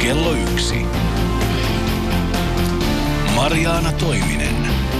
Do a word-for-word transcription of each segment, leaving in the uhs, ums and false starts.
kello yksi. Mariaana Toiminen.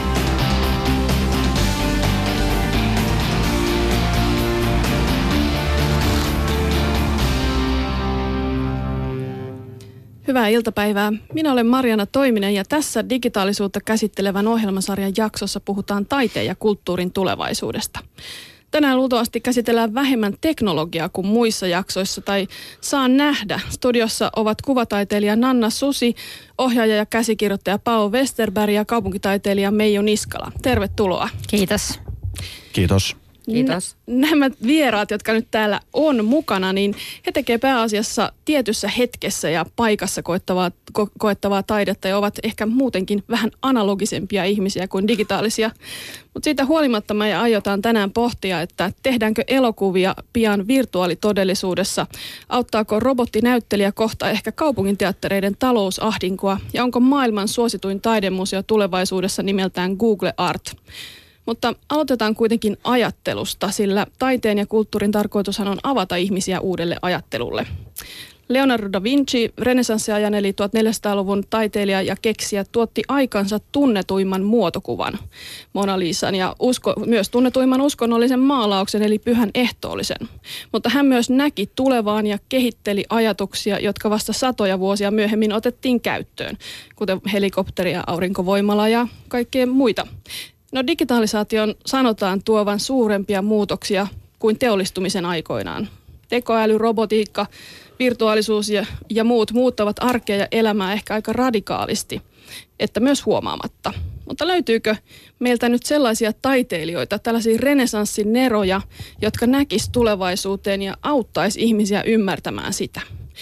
Hyvää iltapäivää. Minä olen Mariaana Toiminen ja tässä digitaalisuutta käsittelevän ohjelmasarjan jaksossa puhutaan taiteen ja kulttuurin tulevaisuudesta. Tänään luultavasti käsitellään vähemmän teknologiaa kuin muissa jaksoissa tai saa nähdä. Studiossa ovat kuvataiteilija Nanna Susi, ohjaaja ja käsikirjoittaja Paavo Westerberg ja kaupunkitaiteilija Meiju Niskala. Tervetuloa. Kiitos. Kiitos. Kiitos. Nämä vieraat, jotka nyt täällä on mukana, niin he tekevät pääasiassa tietyssä hetkessä ja paikassa koettavaa, ko- koettavaa taidetta ja ovat ehkä muutenkin vähän analogisempia ihmisiä kuin digitaalisia. Mutta siitä huolimatta me aiotaan tänään pohtia, että tehdäänkö elokuvia pian virtuaalitodellisuudessa, auttaako robottinäyttelijä kohta ehkä kaupunginteattereiden talousahdinkoa ja onko maailman suosituin taidemuseo tulevaisuudessa nimeltään Google Art. Mutta aloitetaan kuitenkin ajattelusta, sillä taiteen ja kulttuurin tarkoitushan on avata ihmisiä uudelle ajattelulle. Leonardo da Vinci, renessanssiajan eli tuhatneljäsataaluvun taiteilija ja keksijä, tuotti aikansa tunnetuimman muotokuvan, Mona Lisan, ja usko, myös tunnetuimman uskonnollisen maalauksen eli pyhän ehtoollisen. Mutta hän myös näki tulevaan ja kehitteli ajatuksia, jotka vasta satoja vuosia myöhemmin otettiin käyttöön, kuten helikopteria, aurinkovoimala ja kaikkea muita. No digitalisaation sanotaan tuovan suurempia muutoksia kuin teollistumisen aikoinaan. Tekoäly, robotiikka, virtuaalisuus ja, ja muut muuttavat arkea ja elämää ehkä aika radikaalisti, että myös huomaamatta. Mutta löytyykö meiltä nyt sellaisia taiteilijoita, tällaisia renessanssin neroja, jotka näkis tulevaisuuteen ja auttaisi ihmisiä ymmärtämään sitä?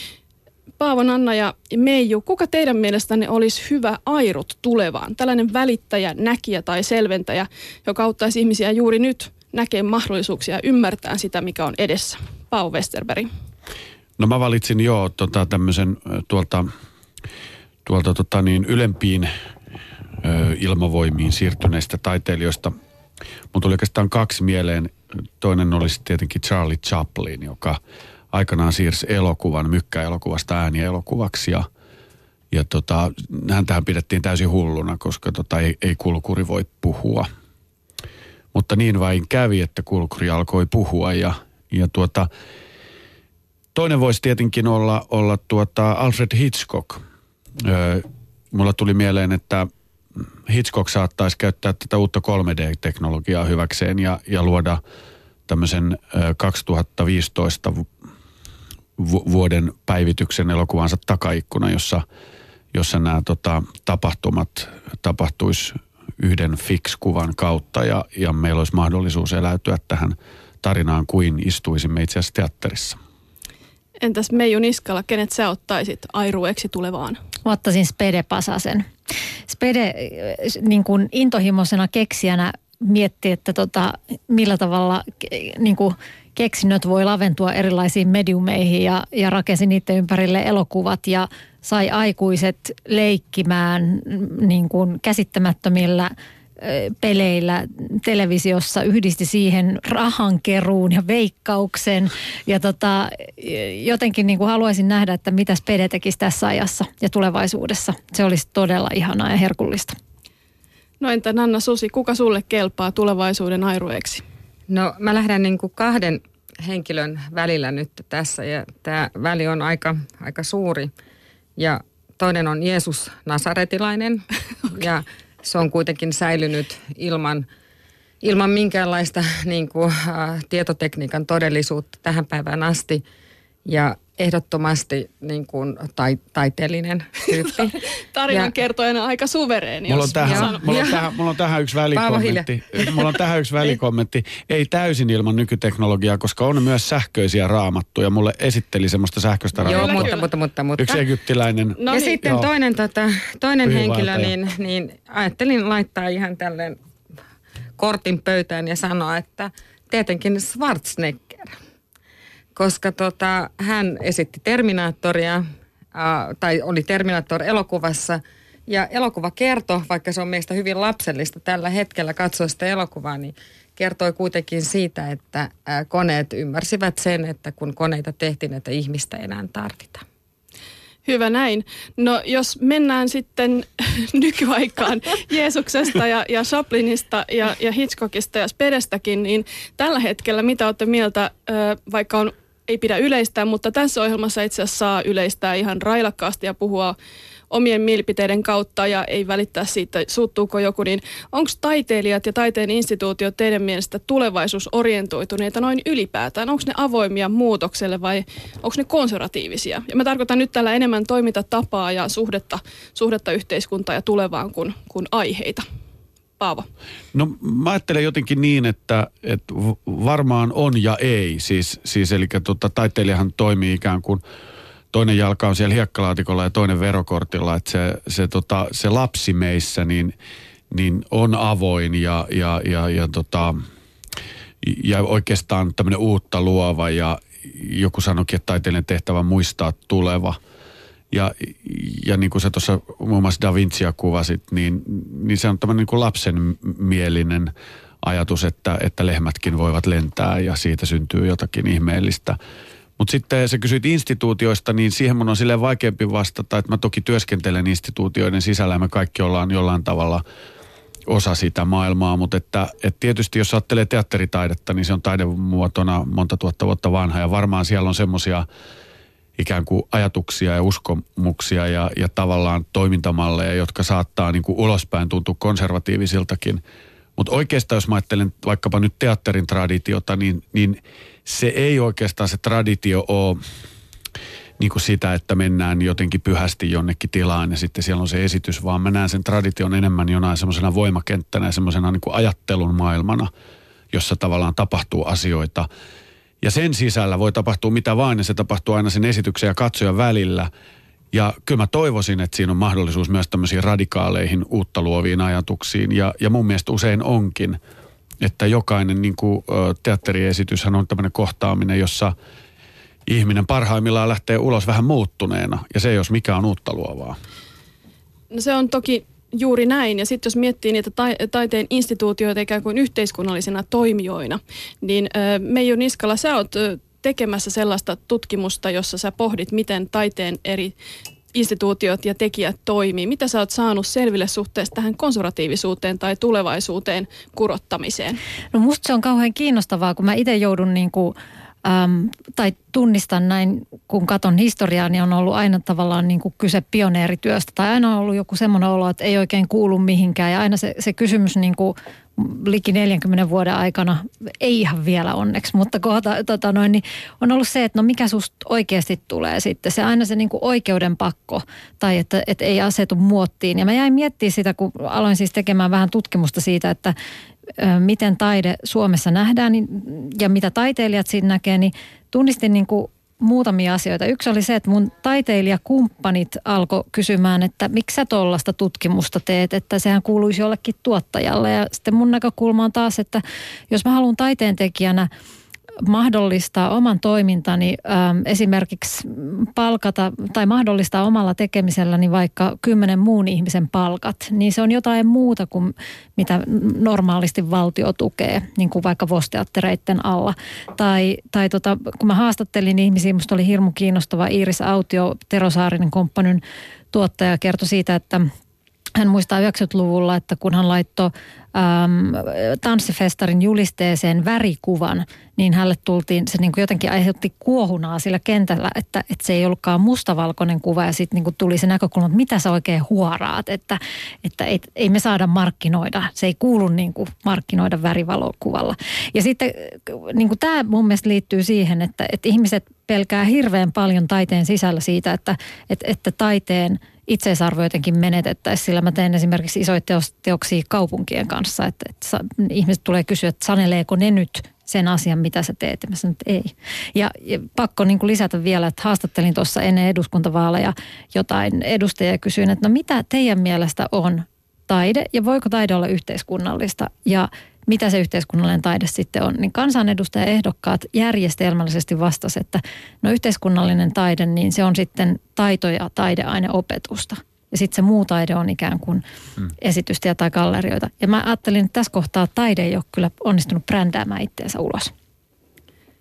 Paavo, Nanna ja Meiju, kuka teidän mielestänne olisi hyvä airut tulevaan? Tällainen välittäjä, näkijä tai selventäjä, joka auttaisi ihmisiä juuri nyt näkemään mahdollisuuksia ja ymmärtämään sitä, mikä on edessä. Paavo Westerberg. No mä valitsin jo tota, tämmöisen tuolta, tuolta tota niin, ylempiin ö, ilmavoimiin siirtyneistä taiteilijoista. Mun tuli oikeastaan kaksi mieleen. Toinen olisi tietenkin Charlie Chaplin, joka aikanaan siirsi elokuvan, mykkäelokuvasta äänielokuvaksi ja, ja tota, häntähän pidettiin täysin hulluna, koska tota, ei, ei kulkuri voi puhua. Mutta niin vain kävi, että kulkuri alkoi puhua ja, ja tuota, toinen voisi tietenkin olla, olla tuota Alfred Hitchcock. Öö, mulla tuli mieleen, että Hitchcock saattaisi käyttää tätä uutta kolme D-teknologiaa hyväkseen ja, ja luoda tämmöisen ö, kaksituhattaviisitoista vuoden päivityksen elokuvansa Takaikkuna, jossa, jossa nämä tota, tapahtumat tapahtuisi yhden fix-kuvan kautta ja, ja meillä olisi mahdollisuus eläytyä tähän tarinaan kuin istuisimme itse asiassa teatterissa. Entäs Meiju Niskala, kenet sä ottaisit airueeksi tulevaan? Mä ottaisin Spede Pasasen. Spede niin kuin intohimoisena keksijänä mietti, että tota, millä tavalla niin kuin keksinnöt voi laventua erilaisiin mediumeihin ja, ja rakensi niiden ympärille elokuvat ja sai aikuiset leikkimään niin kuin käsittämättömillä peleillä televisiossa, yhdisti siihen rahankeruun ja veikkauksen ja tota, jotenkin niin kuin haluaisin nähdä, että mitä Spede tekisi tässä ajassa ja tulevaisuudessa. Se olisi todella ihanaa ja herkullista. No entä Nanna Susi, kuka sulle kelpaa tulevaisuuden airueeksi? No mä lähden niin kuin kahden henkilön välillä nyt tässä ja tämä väli on aika, aika suuri ja toinen on Jeesus Nasaretilainen okay. Ja se on kuitenkin säilynyt ilman, ilman minkäänlaista niin kuin, ä, tietotekniikan todellisuutta tähän päivään asti ja ehdottomasti niin kuin tai, taiteellinen tyyppi. Tarinan kertojana aika suvereeni. Mulla on, tähän, mulla, on tähän, mulla on tähän yksi välikommentti. Mulla on tähän yksi välikommentti. Ei täysin ilman nykyteknologiaa, koska on myös sähköisiä raamattuja. Mulle esitteli semmoista sähköistä raamattua. Joo, mutta, mutta, mutta, mutta. Yksi egyptiläinen. No ja niin. Sitten joo. toinen, tota, toinen henkilö, niin, niin ajattelin laittaa ihan tälleen kortin pöytään ja sanoa, että tietenkin Schwarzenegger. Koska tota, hän esitti Terminaattoria, äh, tai oli Terminaattor-elokuvassa, ja elokuva kertoi, vaikka se on meistä hyvin lapsellista tällä hetkellä katsoa sitä elokuvaa, niin kertoi kuitenkin siitä, että äh, koneet ymmärsivät sen, että kun koneita tehtiin, että ihmistä ei enää tarvita. Hyvä näin. No jos mennään sitten nykyaikaan Jeesuksesta ja, ja Chaplinista ja, ja Hitchcockista ja Spedestäkin, niin tällä hetkellä mitä olette mieltä, vaikka on, ei pidä yleistää, mutta tässä ohjelmassa itse asiassa saa yleistää ihan railakkaasti ja puhua omien mielipiteiden kautta ja ei välittää siitä, suuttuuko joku, niin onko taiteilijat ja taiteen instituutiot teidän mielestä tulevaisuusorientoituneita noin ylipäätään? Onko ne avoimia muutokselle vai onko ne konservatiivisia? Ja mä tarkoitan nyt tällä enemmän toimintatapaa ja suhdetta, suhdetta yhteiskuntaa ja tulevaan kuin, kuin aiheita. Paavo. No mä ajattelen jotenkin niin, että, että varmaan on ja ei. Siis, siis eli tota, taiteilijahan toimii ikään kuin toinen jalka on siellä hiekkalaatikolla ja toinen verokortilla, että se, se, tota, se lapsi meissä niin, niin on avoin ja, ja, ja, ja, tota, ja oikeastaan tämmöinen uutta luova ja joku sanoikin, että taiteilijan tehtävä muistaa tuleva. Ja, ja niin kuin sä tuossa muun muassa Da Vincia kuvasit, niin, niin se on tämmöinen niin kuin lapsenmielinen ajatus, että, että lehmätkin voivat lentää ja siitä syntyy jotakin ihmeellistä. Mutta sitten sä kysyit instituutioista, niin siihen mun on silleen vaikeampi vastata, että mä toki työskentelen instituutioiden sisällä ja me kaikki ollaan jollain tavalla osa sitä maailmaa, mutta että, että tietysti jos ajattelee teatteritaidetta, niin se on taidemuotona monta tuhatta vuotta vanha ja varmaan siellä on semmoisia ikään kuin ajatuksia ja uskomuksia ja, ja tavallaan toimintamalleja, jotka saattaa niin kuin ulospäin tuntua konservatiivisiltakin. Mutta oikeastaan jos mä ajattelen vaikkapa nyt teatterin traditiota, niin, niin se ei oikeastaan se traditio ole niin kuin sitä, että mennään jotenkin pyhästi jonnekin tilaan ja sitten siellä on se esitys, vaan mä näen sen tradition enemmän jonain semmoisena voimakenttänä ja semmoisena niin kuin ajattelun maailmana, jossa tavallaan tapahtuu asioita. Ja sen sisällä voi tapahtua mitä vain ja se tapahtuu aina sen esityksen ja katsojan välillä. Ja kyllä mä toivoisin, että siinä on mahdollisuus myös tämmöisiin radikaaleihin, uutta luoviin ajatuksiin. Ja, ja mun mielestä usein onkin, että jokainen niin kuin, teatteriesityshän on tämmöinen kohtaaminen, jossa ihminen parhaimmillaan lähtee ulos vähän muuttuneena. Ja se jos mikä on uutta luovaa. No se on toki juuri näin. Ja sitten jos miettii niitä ta- taiteen instituutioita ikään kuin yhteiskunnallisina toimijoina, niin äh, Meiju Niskala, sä oot äh, tekemässä sellaista tutkimusta, jossa sä pohdit, miten taiteen eri instituutiot ja tekijät toimii. Mitä sä oot saanut selville suhteessa tähän konservatiivisuuteen tai tulevaisuuteen kurottamiseen? No musta se on kauhean kiinnostavaa, kun mä itse joudun niin kuin äm, tai tunnistan näin, kun katson historiaa, niin on ollut aina tavallaan niin kuin kyse pioneerityöstä. Tai aina on ollut joku semmoinen olo, että ei oikein kuulu mihinkään. Ja aina se, se kysymys niin kuin liki neljänkymmenen vuoden aikana, ei ihan vielä onneksi, mutta kohta, tota noin, niin on ollut se, että no mikä susta oikeasti tulee sitten. Se aina se niin kuin oikeuden pakko tai että, että ei asetu muottiin. Ja mä jäin miettimään sitä, kun aloin siis tekemään vähän tutkimusta siitä, että miten taide Suomessa nähdään ja mitä taiteilijat siinä näkee, niin tunnistin niin kuin muutamia asioita. Yksi oli se, että mun taiteilijakumppanit alkoi kysymään, että miksi sä tollaista tutkimusta teet, että sehän kuuluisi jollekin tuottajalle. Ja sitten mun näkökulma on taas, että jos mä haluan taiteentekijänä mahdollistaa oman toimintani, äm, esimerkiksi palkata tai mahdollistaa omalla tekemiselläni vaikka kymmenen muun ihmisen palkat, niin se on jotain muuta kuin mitä normaalisti valtio tukee, niin kuin vaikka V O S-teattereiden alla. Tai, tai tota, kun mä haastattelin ihmisiä, musta oli hirmu kiinnostava Iiris Autio, Tero Saarinen Komppanyn tuottaja, kertoi siitä, että hän muistaa yhdeksänkymmentäluvulla, että kun hän laittoi äm, tanssifestarin julisteeseen värikuvan, niin hänelle tultiin, se niin kuin jotenkin aiheutti kuohunaa sillä kentällä, että, että se ei ollutkaan mustavalkoinen kuva ja sitten niin kuin tuli se näkökulma, että mitä sä oikein huoraat, että, että ei, ei me saada markkinoida, se ei kuulu niin kuin markkinoida värivalokuvalla. Ja sitten niin kuin tämä mun mielestä liittyy siihen, että, että ihmiset pelkää hirveän paljon taiteen sisällä siitä, että, että, että taiteen itseisarvo jotenkin menetettäisiin, sillä mä teen esimerkiksi isoja teoksia kaupunkien kanssa, että, että ihmiset tulee kysyä, että saneleeko ne nyt sen asian, mitä sä teet, ja mä sanon, että ei. Ja, ja pakko niin kuin lisätä vielä, että haastattelin tuossa ennen eduskuntavaaleja jotain edustajia ja kysyin, että no mitä teidän mielestä on taide, ja voiko taide olla yhteiskunnallista, ja mitä se yhteiskunnallinen taide sitten on, niin kansanedustajaehdokkaat järjestelmällisesti vastasi, että no yhteiskunnallinen taide, niin se on sitten taito- ja taideaineopetusta. Ja sitten se muu taide on ikään kuin hmm. esitystä tai gallerioita. Ja mä ajattelin, että tässä kohtaa taide ei ole kyllä onnistunut brändäämään itseensä ulos.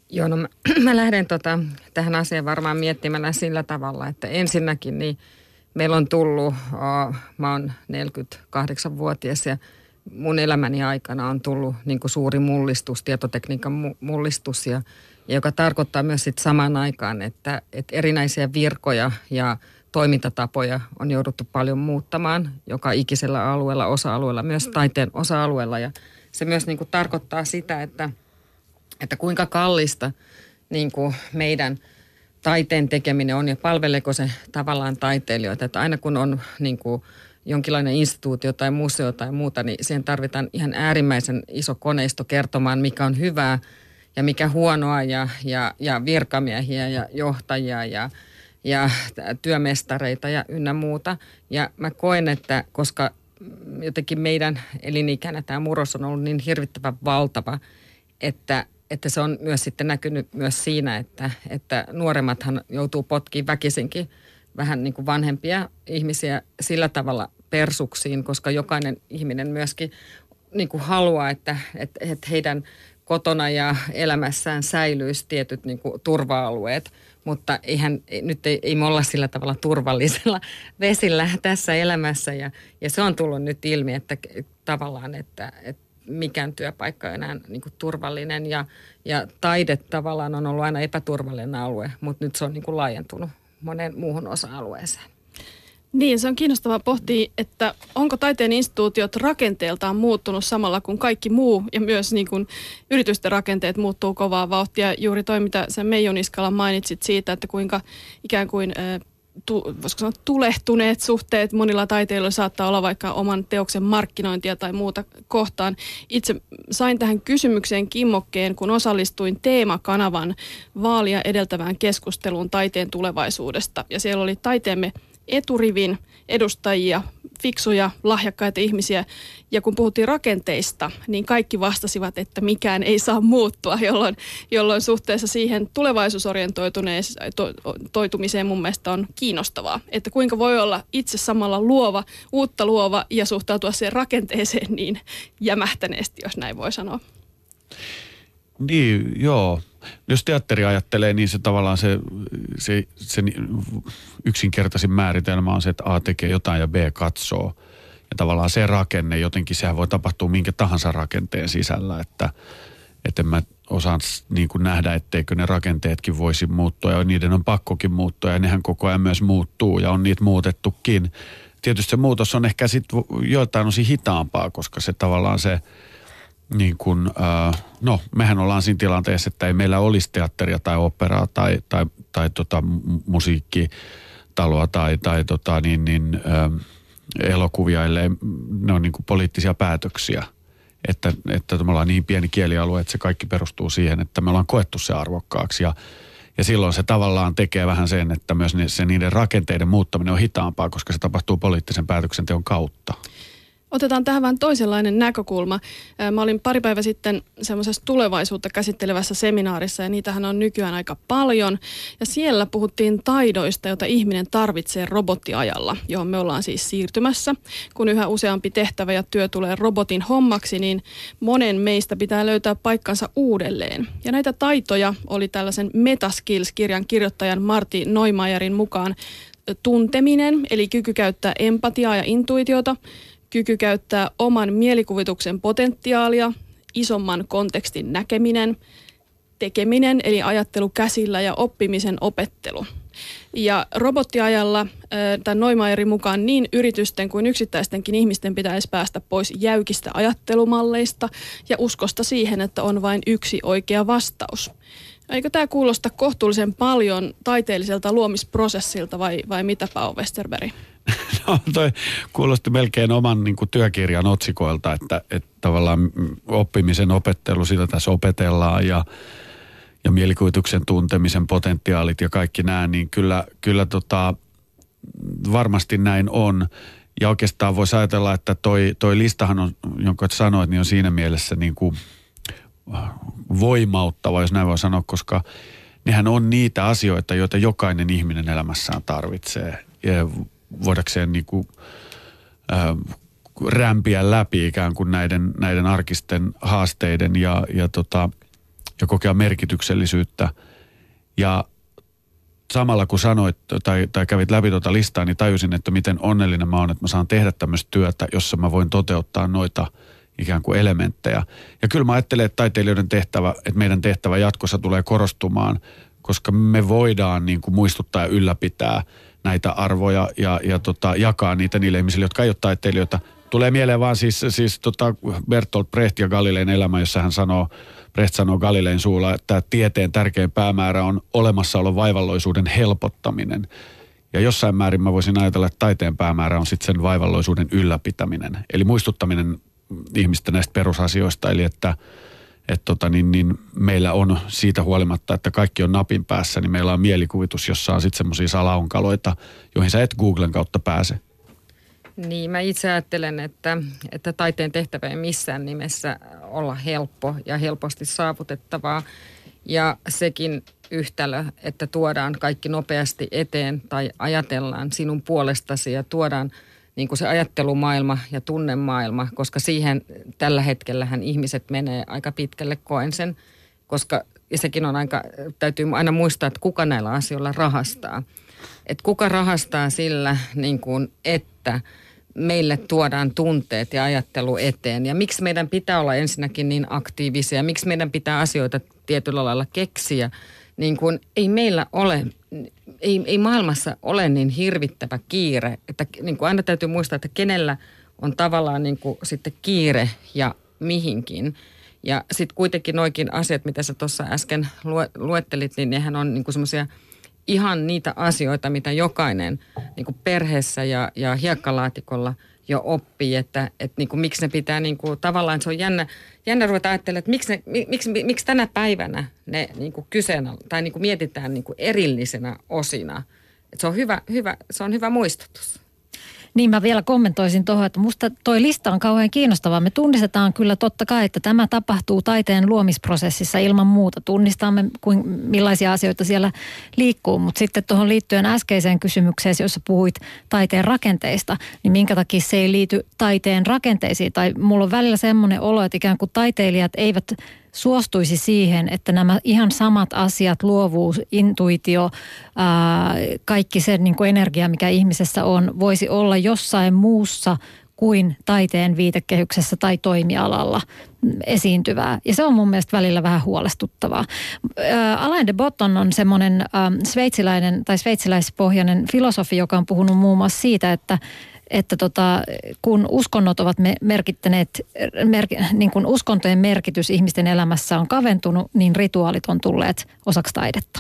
Joo, no mä, mä lähden tota, tähän asiaan varmaan miettimällä sillä tavalla, että ensinnäkin niin meillä on tullut, oh, mä oon neljäkymmentäkahdeksanvuotias ja mun elämäni aikana on tullut niin kuin suuri mullistus, tietotekniikan mullistus, ja, joka tarkoittaa myös sit samaan aikaan, että, että erinäisiä virkoja ja toimintatapoja on jouduttu paljon muuttamaan joka ikisellä alueella, osa-alueella, myös taiteen osa-alueella. Ja se myös niin kuin tarkoittaa sitä, että, että kuinka kallista niin kuin meidän taiteen tekeminen on ja palveleeko se tavallaan taiteilijoita. Että aina kun on niin kuin jonkinlainen instituutio tai museo tai muuta, niin siihen tarvitaan ihan äärimmäisen iso koneisto kertomaan, mikä on hyvää ja mikä huonoa ja, ja, ja virkamiehiä ja johtajia ja, ja työmestareita ja ynnä muuta. Ja mä koen, että koska jotenkin meidän elinikänä tämä murros on ollut niin hirvittävän valtava, että että se on myös sitten näkynyt myös siinä, että, että nuoremmathan joutuu potkiin väkisinkin vähän niin kuin vanhempia ihmisiä sillä tavalla persuksiin, koska jokainen ihminen myöskin niin kuin haluaa, että, että, että heidän kotona ja elämässään säilyisi tietyt niin kuin turva-alueet, mutta eihän, nyt ei, ei me olla sillä tavalla turvallisella vesillä tässä elämässä ja, ja se on tullut nyt ilmi, että tavallaan, että, että mikään työpaikka on enää niin kuin turvallinen ja, ja taide tavallaan on ollut aina epäturvallinen alue, mutta nyt se on niin kuin laajentunut moneen muuhun osa-alueeseen. Niin, se on kiinnostavaa pohtia, että onko taiteen instituutiot rakenteeltaan muuttunut samalla kuin kaikki muu ja myös niin kuin yritysten rakenteet muuttuu kovaa vauhtia. Juuri toi, mitä sä Meijo Niskala mainitsit siitä, että kuinka ikään kuin Tu, voisiko sanoa, tulehtuneet suhteet monilla taiteilijoilla saattaa olla vaikka oman teoksen markkinointia tai muuta kohtaan. Itse sain tähän kysymykseen kimmokkeen, kun osallistuin Teema-kanavan vaalia edeltävään keskusteluun taiteen tulevaisuudesta. Ja siellä oli taiteemme eturivin edustajia, fiksuja, lahjakkaita ihmisiä. Ja kun puhuttiin rakenteista, niin kaikki vastasivat, että mikään ei saa muuttua, jolloin, jolloin suhteessa siihen tulevaisuusorientoitumiseen mun mielestä on kiinnostavaa. Että kuinka voi olla itse samalla luova, uutta luova ja suhtautua siihen rakenteeseen niin jämähtäneesti, jos näin voi sanoa. Niin, joo. Jos teatteri ajattelee, niin se tavallaan se, se, se yksinkertaisin määritelmä on se, että A tekee jotain ja B katsoo. Ja tavallaan se rakenne, jotenkin sehän voi tapahtua minkä tahansa rakenteen sisällä, että, että en mä osaan niin kuin nähdä, etteikö ne rakenteetkin voisi muuttua ja niiden on pakkokin muuttua ja nehän koko ajan myös muuttuu ja on niitä muutettukin. Tietysti se muutos on ehkä sitten joiltain osin hitaampaa, koska se tavallaan se niin kuin, äh, no mehän ollaan siinä tilanteessa, että ei meillä olisi teatteria tai operaa tai, tai, tai tota, musiikkitaloa tai, tai tota, niin, niin, äh, elokuvia, ellei ne on niin kuin poliittisia päätöksiä. Että, että me ollaan niin pieni kielialue, että se kaikki perustuu siihen, että me ollaan koettu se arvokkaaksi ja Ja silloin se tavallaan tekee vähän sen, että myös se niiden rakenteiden muuttaminen on hitaampaa, koska se tapahtuu poliittisen päätöksenteon kautta. Otetaan tähän vähän toisenlainen näkökulma. Mä olin pari päivä sitten semmoisessa tulevaisuutta käsittelevässä seminaarissa ja niitähän on nykyään aika paljon. Ja siellä puhuttiin taidoista, joita ihminen tarvitsee robottiajalla, johon me ollaan siis siirtymässä. Kun yhä useampi tehtävä ja työ tulee robotin hommaksi, niin monen meistä pitää löytää paikkansa uudelleen. Ja näitä taitoja oli tällaisen Metaskills-kirjan kirjoittajan Martti Neumayerin mukaan tunteminen, eli kyky käyttää empatiaa ja intuitiota, kyky käyttää oman mielikuvituksen potentiaalia, isomman kontekstin näkeminen, tekeminen eli ajattelu käsillä ja oppimisen opettelu. Ja robottiajalla tämän Neumayerin mukaan niin yritysten kuin yksittäistenkin ihmisten pitäisi päästä pois jäykistä ajattelumalleista ja uskosta siihen, että on vain yksi oikea vastaus. Eikö tämä kuulosta kohtuullisen paljon taiteelliselta luomisprosessilta vai, vai mitä, Paavo Westerberg? No toi kuulosti melkein oman niin kuin työkirjan otsikoilta, että, että tavallaan oppimisen opettelu, sitä tässä opetellaan ja, ja mielikuvituksen tuntemisen potentiaalit ja kaikki nämä, niin kyllä, kyllä tota, varmasti näin on. Ja oikeastaan voisi ajatella, että toi, toi listahan on, jonka sanoit, niin on siinä mielessä niin kuin voimauttava, jos näin voi sanoa, koska nehän on niitä asioita, joita jokainen ihminen elämässään tarvitsee. Ja voidakseen niin kuin, äh, rämpiä läpi ikään kuin näiden, näiden arkisten haasteiden ja, ja tota, ja kokea merkityksellisyyttä. Ja samalla kun sanoit tai, tai kävit läpi tuota listaa, niin tajusin, että miten onnellinen mä oon, että mä saan tehdä tämmöistä työtä, jossa mä voin toteuttaa noita ikään kuin elementtejä. Ja kyllä mä ajattelen, että taiteilijoiden tehtävä, että meidän tehtävä jatkossa tulee korostumaan, koska me voidaan niin kuin muistuttaa ja ylläpitää näitä arvoja ja, ja tota, jakaa niitä niille ihmisille, jotka ei ole taiteilijoita. Tulee mieleen vaan siis, siis tota Bertolt Brecht ja Galilein elämä, jossa hän sanoo, Brecht sanoo Galilein suulla, että tieteen tärkein päämäärä on olemassaolon vaivalloisuuden helpottaminen. Ja jossain määrin mä voisin ajatella, että taiteen päämäärä on sitten sen vaivalloisuuden ylläpitäminen. Eli muistuttaminen ihmistä näistä perusasioista, eli että et tota, niin, niin meillä on siitä huolimatta, että kaikki on napin päässä, niin meillä on mielikuvitus, jossa on sitten semmoisia salaonkaloita, joihin sä et Googlen kautta pääse. Niin, mä itse ajattelen, että, että taiteen tehtävä ei missään nimessä olla helppo ja helposti saavutettavaa. Ja sekin yhtälö, että tuodaan kaikki nopeasti eteen tai ajatellaan sinun puolestasi ja tuodaan niin kuin se ajattelumaailma ja tunnemaailma, koska siihen tällä hetkellähän ihmiset menee aika pitkälle, koen sen, koska ja sekin on aika, täytyy aina muistaa, että kuka näillä asioilla rahastaa. Että kuka rahastaa sillä, niin kuin, että meille tuodaan tunteet ja ajattelu eteen. Ja miksi meidän pitää olla ensinnäkin niin aktiivisia, miksi meidän pitää asioita tietyllä lailla keksiä. Niin kuin ei meillä ole, ei, ei maailmassa ole niin hirvittävä kiire, että niin kuin aina täytyy muistaa, että kenellä on tavallaan niin kuin sitten kiire ja mihinkin. Ja sitten kuitenkin noikin asiat, mitä sä tuossa äsken luettelit, niin nehän on niin kuin semmoisia ihan niitä asioita, mitä jokainen niin kuin perheessä ja, ja hiekkalaatikolla jo oppii, että, että niin kuin, miksi ne pitää niin kuin, tavallaan se on jännä, jännä ruveta ajattelemaan, että miksi, ne, miksi, miksi tänä päivänä ne niin kuin kyseenä, tai niin kuin mietitään niin kuin erillisenä osina. Että se on hyvä, hyvä, se on hyvä muistutus. Niin mä vielä kommentoisin tuohon, että musta toi lista on kauhean kiinnostavaa. Me tunnistetaan kyllä totta kai, että tämä tapahtuu taiteen luomisprosessissa ilman muuta. Tunnistamme, kuin, millaisia asioita siellä liikkuu, mutta sitten tuohon liittyen äskeiseen kysymykseen, jossa puhuit taiteen rakenteista, niin minkä takia se ei liity taiteen rakenteisiin? Tai mulla on välillä semmoinen olo, että ikään kuin taiteilijat eivät suostuisi siihen, että nämä ihan samat asiat, luovuus, intuitio, ää, kaikki se niin kuin energia, mikä ihmisessä on, voisi olla jossain muussa kuin taiteen viitekehyksessä tai toimialalla esiintyvää. Ja se on mun mielestä välillä vähän huolestuttavaa. Ää, Alain de Botton on semmoinen ää, sveitsiläinen tai sveitsiläispohjainen filosofi, joka on puhunut muun muassa siitä, että että tota, kun uskonnot ovat merkittäneet, mer, niin kun uskontojen merkitys ihmisten elämässä on kaventunut, niin rituaalit on tulleet osaksi taidetta.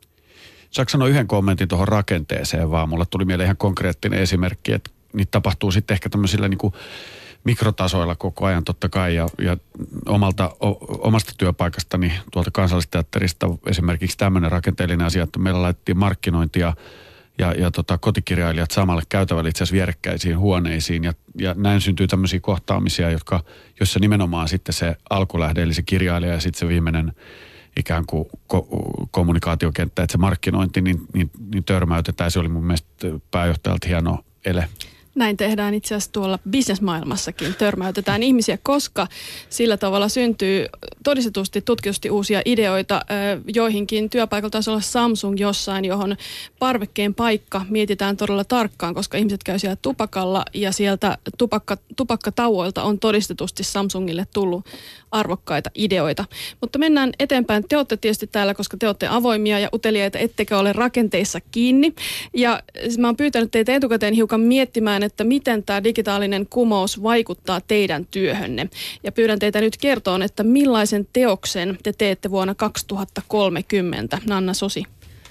Saanko sanoa yhden kommentin tuohon rakenteeseen vaan? Mulle tuli mieleen ihan konkreettinen esimerkki, että niitä tapahtuu sitten ehkä tämmöisillä niin kuin mikrotasoilla koko ajan totta kai. Ja, ja omalta, o, omasta työpaikastani tuolta Kansallisteatterista esimerkiksi tämmöinen rakenteellinen asia, että meillä laitettiin markkinointia ja, ja tota, kotikirjailijat samalle käytävälle itse asiassa vierekkäisiin huoneisiin. Ja, ja näin syntyy tämmöisiä kohtaamisia, jotka, jossa nimenomaan sitten se alkulähde, eli se kirjailija ja sitten se viimeinen ikään kuin ko- kommunikaatiokenttä, että se markkinointi, niin, niin, niin törmäytetään. Se oli mun mielestä pääjohtajalta hieno ele. Näin tehdään itse asiassa tuolla bisnesmaailmassakin. Törmäytetään ihmisiä, koska sillä tavalla syntyy todistetusti, tutkitusti uusia ideoita. Joihinkin työpaikalla taisi olla Samsung jossain, johon parvekkeen paikka mietitään todella tarkkaan, koska ihmiset käy siellä tupakalla ja sieltä tupakka, tupakkatauoilta on todistetusti Samsungille tullut arvokkaita ideoita. Mutta mennään eteenpäin. Te olette tietysti täällä, koska te olette avoimia ja uteliaita, ettekä ole rakenteissa kiinni. Ja mä oon pyytänyt teitä etukäteen hiukan miettimään, että miten tämä digitaalinen kumous vaikuttaa teidän työhönne. Ja pyydän teitä nyt kertoa, että millaisen teoksen te teette vuonna kaksituhattakolmekymmentä. Nanna Sosi.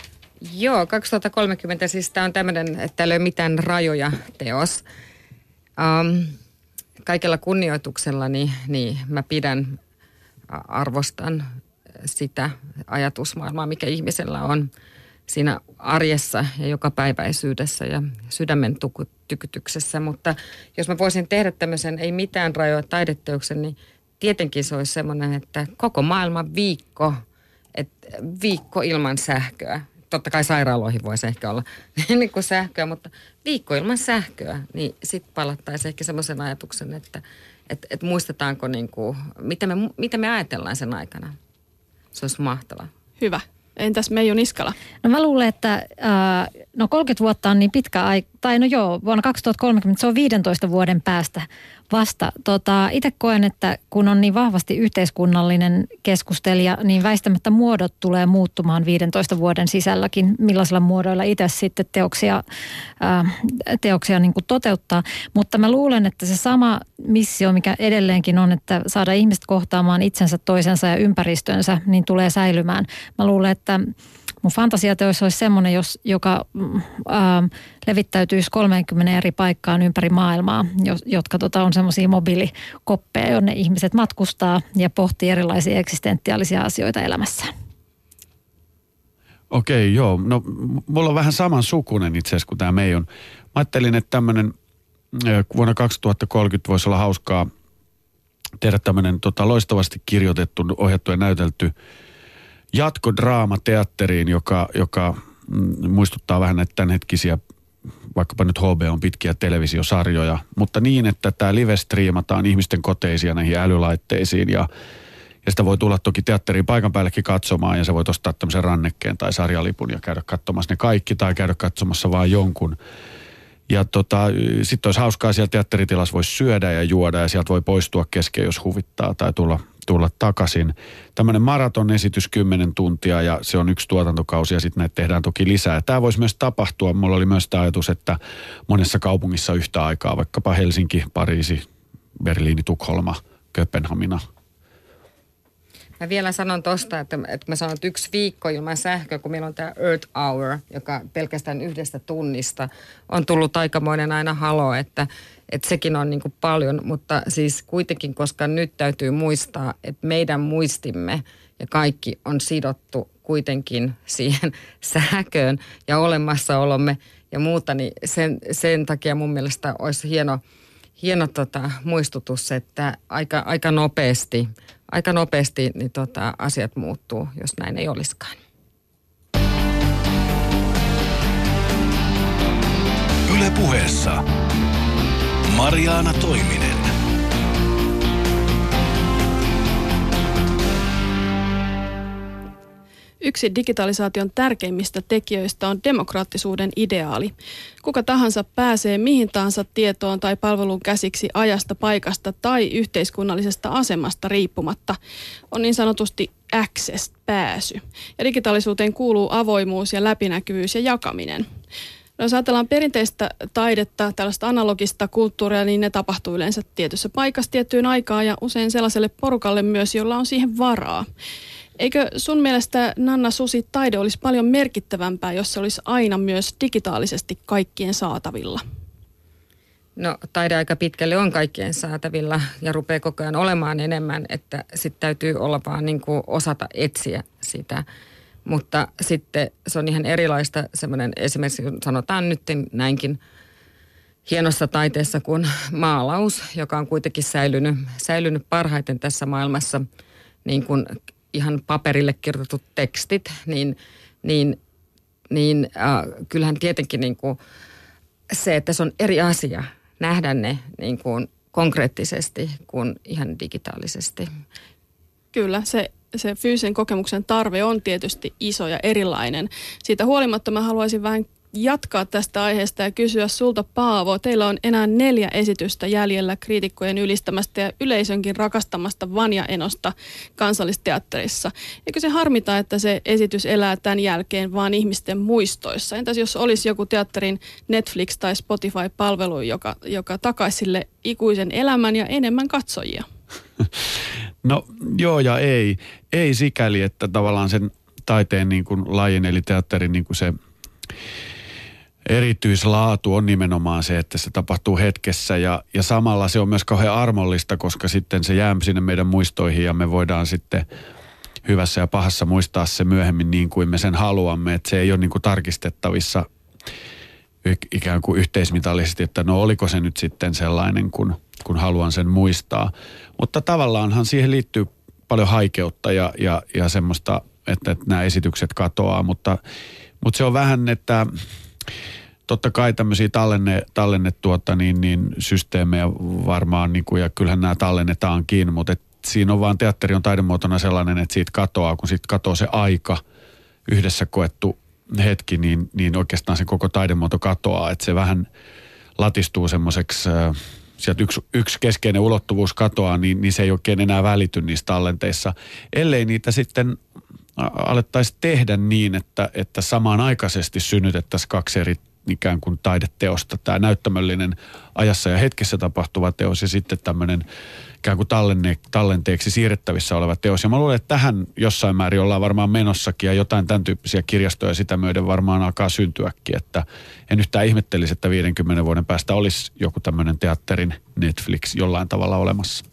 Joo, kaksituhattakolmekymmentä siis tämä on tämmöinen, että täällä ei ole mitään rajoja teos. Um, kaikella kunnioituksella niin, niin mä pidän, arvostan sitä ajatusmaailmaa, mikä ihmisellä on siinä arjessa ja jokapäiväisyydessä ja sydämen tykytyksessä. Mutta jos mä voisin tehdä tämmöisen ei mitään rajoja taideteoksen, niin tietenkin se olisi semmoinen, että koko maailman viikko, että viikko ilman sähköä. Totta kai sairaaloihin voisi ehkä olla niin kuin sähköä, mutta viikko ilman sähköä, niin sitten palattaisiin ehkä semmoisen ajatuksen, että et, et muistetaanko, niin kuin, mitä, me, mitä me ajatellaan sen aikana. Se olisi mahtavaa. Hyvä. Entäs Meiju Niskala? No mä luulen, että äh, no kolmekymmentä vuotta on niin pitkä aika, tai no joo, vuonna kaksituhattakolmekymmentä se on viidentoista vuoden päästä vasta. Tota, itse koen, että kun on niin vahvasti yhteiskunnallinen keskustelija, niin väistämättä muodot tulee muuttumaan viidentoista vuoden sisälläkin, millaisilla muodoilla itse sitten teoksia, äh, teoksia niin kuin toteuttaa. Mutta mä luulen, että se sama missio, mikä edelleenkin on, että saada ihmiset kohtaamaan itsensä, toisensa ja ympäristönsä, niin tulee säilymään. Mä luulen, että mun fantasiateos olisi semmoinen, jos, joka ää, levittäytyisi kolmeenkymmeneen eri paikkaan ympäri maailmaa, jos, jotka tota, on semmoisia mobiilikoppeja, jonne ihmiset matkustaa ja pohtii erilaisia eksistentiaalisia asioita elämässään. Okei, joo. No mulla on vähän saman sukunen itse asiassa kuin tämä Meijon. Mä ajattelin, että tämmöinen vuonna kaksituhattakolmekymmentä voisi olla hauskaa tehdä tämmöinen tota, loistavasti kirjoitettu, ohjattu ja näytelty jatkodraama teatteriin, joka, joka mm, muistuttaa vähän näitä tämänhetkisiä, vaikkapa nyt H B O:n pitkiä televisiosarjoja, mutta niin, että tämä live-striimataan ihmisten koteisia näihin älylaitteisiin ja, ja sitä voi tulla toki teatteriin paikan päällekin katsomaan ja sä voit ostaa tämmöisen rannekkeen tai sarjalipun ja käydä katsomassa ne kaikki tai käydä katsomassa vaan jonkun. Ja tota, sitten olisi hauskaa, siellä teatteritilassa voisi syödä ja juoda ja sieltä voi poistua kesken, jos huvittaa tai tulla, tulla takaisin. Tämmöinen maraton-esitys kymmenen tuntia ja se on yksi tuotantokausi ja sitten näitä tehdään toki lisää. Tämä voisi myös tapahtua. Mulla oli myös tämä ajatus, että monessa kaupungissa yhtä aikaa, vaikkapa Helsinki, Pariisi, Berliini, Tukholma, Kööpenhamina. Mä vielä sanon tosta, että, että mä sanon, että yksi viikko ilman sähköä, kun meillä on tämä Earth Hour, joka pelkästään yhdestä tunnista on tullut aikamoinen aina halo, että, että sekin on niin kuin paljon, mutta siis kuitenkin, koska nyt täytyy muistaa, että meidän muistimme ja kaikki on sidottu kuitenkin siihen sähköön ja olemassaolomme ja muuta, niin sen, sen takia mun mielestä olisi hieno, hieno tota, muistutus, että aika, aika nopeasti Aika nopeasti niin tota, asiat muuttuu, jos näin ei olisikaan. Yle Puheessa Mariaana Toiminen. Yksi digitalisaation tärkeimmistä tekijöistä on demokraattisuuden ideaali. Kuka tahansa pääsee mihin tahansa tietoon tai palveluun käsiksi ajasta, paikasta tai yhteiskunnallisesta asemasta riippumatta. On niin sanotusti access, pääsy. Ja digitaalisuuteen kuuluu avoimuus ja läpinäkyvyys ja jakaminen. No, jos ajatellaan perinteistä taidetta, tällaista analogista kulttuuria, niin ne tapahtuu yleensä tietyssä paikassa tiettyyn aikaan ja usein sellaiselle porukalle myös, jolla on siihen varaa. Eikö sun mielestä, Nanna Susi, taide olisi paljon merkittävämpää, jos se olisi aina myös digitaalisesti kaikkien saatavilla? No, taide aika pitkälle on kaikkien saatavilla ja rupeaa koko ajan olemaan enemmän, että sitten täytyy olla vaan niin kuin osata etsiä sitä. Mutta sitten se on ihan erilaista semmoinen, esimerkiksi sanotaan nyt näinkin hienossa taiteessa kuin maalaus, joka on kuitenkin säilynyt, säilynyt parhaiten tässä maailmassa, niin kuin ihan paperille kirjoitetut tekstit, niin, niin, niin äh, kyllähän tietenkin niin kuin se, että se on eri asia nähdä ne niin kuin konkreettisesti kuin ihan digitaalisesti. Kyllä, se, se fyysisen kokemuksen tarve on tietysti iso ja erilainen. Siitä huolimatta mä haluaisin vähän jatkaa tästä aiheesta ja kysyä sulta, Paavo. Teillä on enää neljä esitystä jäljellä kriitikkojen ylistämästä ja yleisönkin rakastamasta Vanja-enosta Kansallisteatterissa. Eikö se harmita, että se esitys elää tämän jälkeen vaan ihmisten muistoissa? Entäs jos olisi joku teatterin Netflix- tai Spotify-palvelu, joka, joka takaisi sille ikuisen elämän ja enemmän katsojia? No joo ja ei. Ei sikäli, että tavallaan sen taiteen niin kuin lajin eli teatterin niin kuin se erityislaatu on nimenomaan se, että se tapahtuu hetkessä ja, ja samalla se on myös kauhean armollista, koska sitten se jää sinne meidän muistoihin ja me voidaan sitten hyvässä ja pahassa muistaa se myöhemmin niin kuin me sen haluamme, että se ei ole niin kuin tarkistettavissa ikään kuin yhteismitallisesti, että no oliko se nyt sitten sellainen, kun, kun haluan sen muistaa. Mutta tavallaanhan siihen liittyy paljon haikeutta ja, ja, ja semmoista, että, että nämä esitykset katoaa, mutta, mutta se on vähän, että totta kai tämmöisiä tallenne, tallenne tuota, niin, niin systeemejä varmaan, niin kuin, ja kyllähän nämä tallennetaankin, mutta et siinä on vaan, teatteri on taidemuotona sellainen, että siitä katoaa, kun siitä katoaa se aika, yhdessä koettu hetki, niin, niin oikeastaan se koko taidemuoto katoaa, että se vähän latistuu semmoiseksi, äh, sieltä yksi, yksi keskeinen ulottuvuus katoaa, niin, niin se ei oikein enää välity niissä tallenteissa, ellei niitä sitten alettaisiin tehdä niin, että, että samanaikaisesti synnytettäisiin kaksi eri ikään kuin taideteosta. Tämä näyttämöllinen ajassa ja hetkessä tapahtuva teos ja sitten tämmöinen ikään kuin tallenne, tallenteeksi siirrettävissä oleva teos. Ja mä luulen, että tähän jossain määrin ollaan varmaan menossakin ja jotain tämän tyyppisiä kirjastoja sitä myöden varmaan alkaa syntyäkin. Että en yhtään ihmettelisi, että viidenkymmenen vuoden päästä olisi joku tämmöinen teatterin Netflix jollain tavalla olemassa.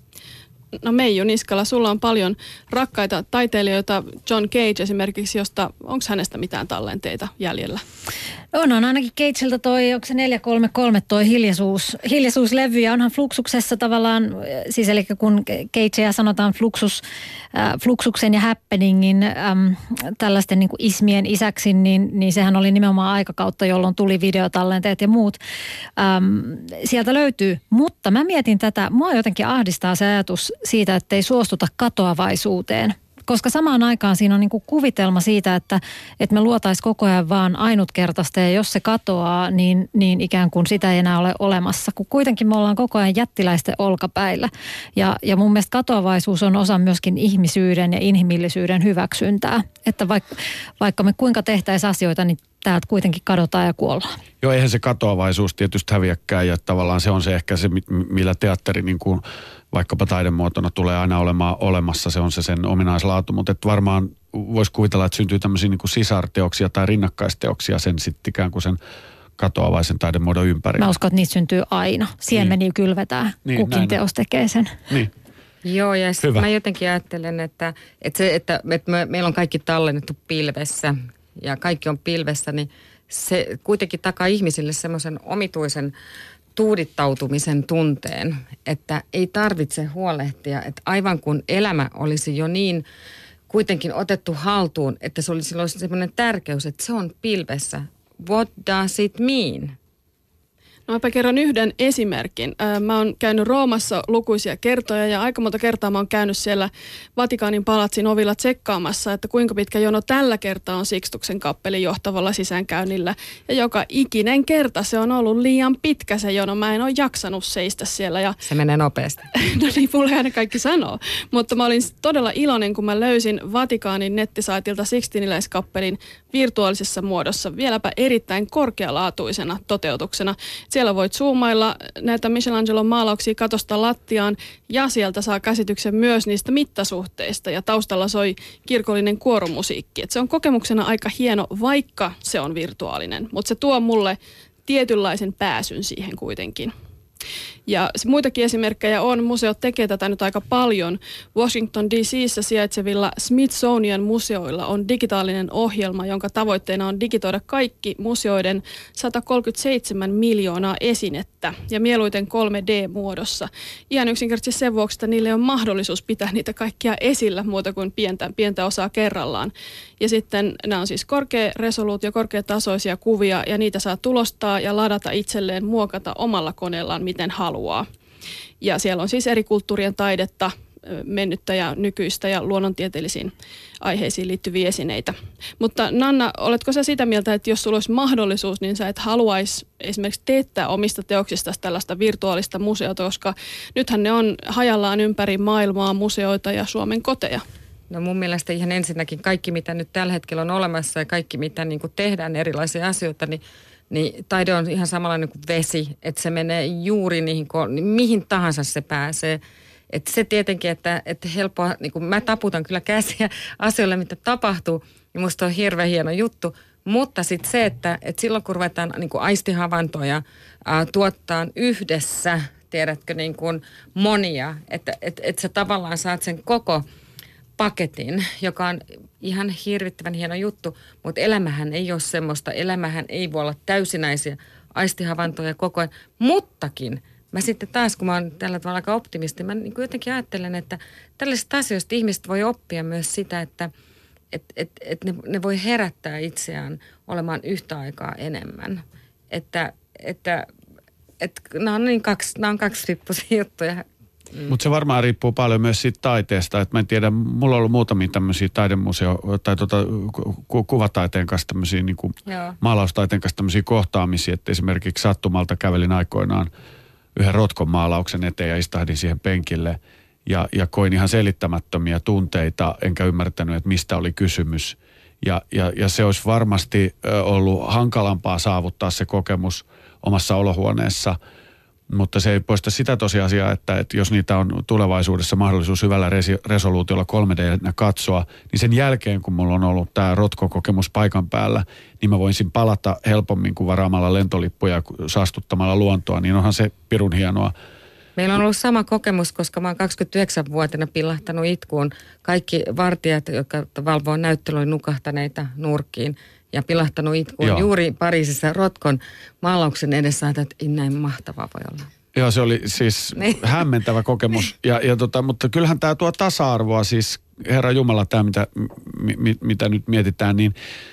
No Meiju Niskala, sulla on paljon rakkaita taiteilijoita, John Cage esimerkiksi, josta onko hänestä mitään tallenteita jäljellä? On, on ainakin Cagelta toi, onko se neljä kolme kolme toi hiljaisuus, hiljaisuuslevy ja onhan Fluxuksessa tavallaan, siis eli kun Cagea sanotaan Fluxus, äh, Fluxuksen ja Happeningin äm, tällaisten niin kuin ismien isäksi, niin, niin sehän oli nimenomaan aikakautta, jolloin tuli videotallenteet ja muut. Äm, sieltä löytyy, mutta mä mietin tätä, mua jotenkin ahdistaa se ajatus siitä, että ei suostuta katoavaisuuteen. Koska samaan aikaan siinä on niin kuin kuvitelma siitä, että, että me luotaisiin koko ajan vaan ainutkertaista ja jos se katoaa, niin, niin ikään kuin sitä ei enää ole olemassa. Kun kuitenkin me ollaan koko ajan jättiläisten olkapäillä. Ja, ja mun mielestä katoavaisuus on osa myöskin ihmisyyden ja inhimillisyyden hyväksyntää. Että vaikka, vaikka me kuinka tehtäisiin asioita, niin täältä kuitenkin kadotaan ja kuollaan. Joo, eihän se katoavaisuus tietysti häviäkään ja tavallaan se on se ehkä se, millä teatteri niin kuin vaikkapa taidemuotona tulee aina olemaan olemassa, se on se sen ominaislaatu, mutta et varmaan voisi kuvitella, että syntyy tämmöisiä niin kuin sisarteoksia tai rinnakkaisteoksia sen sitten ikään kuin sen katoavaisen taidemuodon ympärillä. Mä uskon, että niitä syntyy aina. Siemeniä niin kylvetään, niin, kukin näin teos tekee sen. Niin. Joo, ja mä jotenkin ajattelen, että, että, se, että, että me, meillä on kaikki tallennettu pilvessä ja kaikki on pilvessä, niin se kuitenkin takaa ihmisille semmoisen omituisen tuudittautumisen tunteen, että ei tarvitse huolehtia, että aivan kun elämä olisi jo niin kuitenkin otettu haltuun, että se olisi silloin semmoinen tärkeys, että se on pilvessä. What does it mean? No mäpä kerron yhden esimerkin. Mä oon käynyt Roomassa lukuisia kertoja ja aika monta kertaa mä oon käynyt siellä Vatikaanin palatsin ovilla tsekkaamassa, että kuinka pitkä jono tällä kertaa on Sixtuksen kappelin johtavalla sisäänkäynnillä. Ja joka ikinen kerta se on ollut liian pitkä se jono. Mä en ole jaksanut seistä siellä. Ja se menee nopeasti. No niin, mulle aina kaikki sanoo. Mutta mä olin todella iloinen, kun mä löysin Vatikaanin nettisaitilta Sixtiniläiskappelin virtuaalisessa muodossa vieläpä erittäin korkealaatuisena toteutuksena. Siellä voit zoomailla näitä Michelangelon maalauksia katosta lattiaan ja sieltä saa käsityksen myös niistä mittasuhteista ja taustalla soi kirkollinen kuoromusiikki. Et se on kokemuksena aika hieno, vaikka se on virtuaalinen, mutta se tuo mulle tietynlaisen pääsyn siihen kuitenkin. Ja muitakin esimerkkejä on. Museot tekee tätä nyt aika paljon. Washington D C:ssä sijaitsevilla Smithsonian museoilla on digitaalinen ohjelma, jonka tavoitteena on digitoida kaikki museoiden sata kolmekymmentäseitsemän miljoonaa esinettä ja mieluiten kolme D-muodossa. Ihan yksinkertaisesti sen vuoksi, että niille on mahdollisuus pitää niitä kaikkia esillä muuta kuin pientä, pientä osaa kerrallaan. Ja sitten nämä on siis korkea resoluutio, korkeatasoisia kuvia ja niitä saa tulostaa ja ladata itselleen, muokata omalla koneellaan miten haluaa. Ja siellä on siis eri kulttuurien taidetta, mennyttä ja nykyistä ja luonnontieteellisiin aiheisiin liittyviä esineitä. Mutta Nanna, oletko sä sitä mieltä, että jos sulla olisi mahdollisuus, niin sä et haluaisi esimerkiksi teettää omista teoksista tällaista virtuaalista museota, koska nythän ne on hajallaan ympäri maailmaa museoita ja Suomen koteja? No mun mielestä ihan ensinnäkin kaikki, mitä nyt tällä hetkellä on olemassa ja kaikki, mitä niin kuin tehdään erilaisia asioita, niin Niin taide on ihan samanlainen kuin vesi, että se menee juuri niihin, mihin tahansa se pääsee. Että se tietenkin, että, että helppoa, niin kuin mä taputan kyllä käsiä asioille, mitä tapahtuu, niin musta on hirveän hieno juttu. Mutta sitten se, että, että silloin kun ruvetaan niin kuin aistihavaintoja ää, tuottaa yhdessä, tiedätkö, niin kuin monia, että et, et sä tavallaan saat sen koko paketin, joka on ihan hirvittävän hieno juttu, mutta elämähän ei ole semmoista. Elämähän ei voi olla täysinäisiä aistihavaintoja koko ajan, muttakin mä sitten taas, kun mä oon tällä tavalla aika optimisti, mä niin kuin jotenkin ajattelen, että tällaisista asioista ihmiset voi oppia myös sitä, että et, et, et ne, ne voi herättää itseään olemaan yhtä aikaa enemmän. Että, että, että nämä on niin kaksi, nämä on kaksi rippuisia juttuja. Mm. Mutta se varmaan riippuu paljon myös siitä taiteesta. Että mä en tiedä, mulla on ollut muutamia tämmöisiä taidemuseo- tai tota, ku- kuvataiteen kanssa tämmöisiä, niin kuin maalaustaiteen kanssa tämmöisiä kohtaamisia. Että esimerkiksi sattumalta kävelin aikoinaan yhden rotkon maalauksen eteen ja istahdin siihen penkille. Ja, ja koin ihan selittämättömiä tunteita, enkä ymmärtänyt, että mistä oli kysymys. Ja, ja, ja se olisi varmasti ollut hankalampaa saavuttaa se kokemus omassa olohuoneessa, mutta se ei poista sitä tosiasiaa, että, että jos niitä on tulevaisuudessa mahdollisuus hyvällä resi- resoluutiolla kolme D katsoa, niin sen jälkeen, kun mulla on ollut tämä rotkokokemus paikan päällä, niin mä voisin palata helpommin kuin varaamalla lentolippuja ja saastuttamalla luontoa, niin onhan se pirun hienoa. Meillä on ollut sama kokemus, koska mä oon kaksikymmentäyhdeksän-vuotiaana pillahtanut itkuun. Kaikki vartijat, jotka valvoo näyttelyä, nukahtaneita nurkkiin ja pilahtanut itkuun. Joo. Juuri Pariisissa rotkon maalauksen edessä, että näin mahtavaa voi olla. Joo, se oli siis hämmentävä kokemus. Ja, ja tota, mutta kyllähän tämä tuo tasa-arvoa, siis Herra Jumala, tämä mitä, mi, mitä nyt mietitään, niin,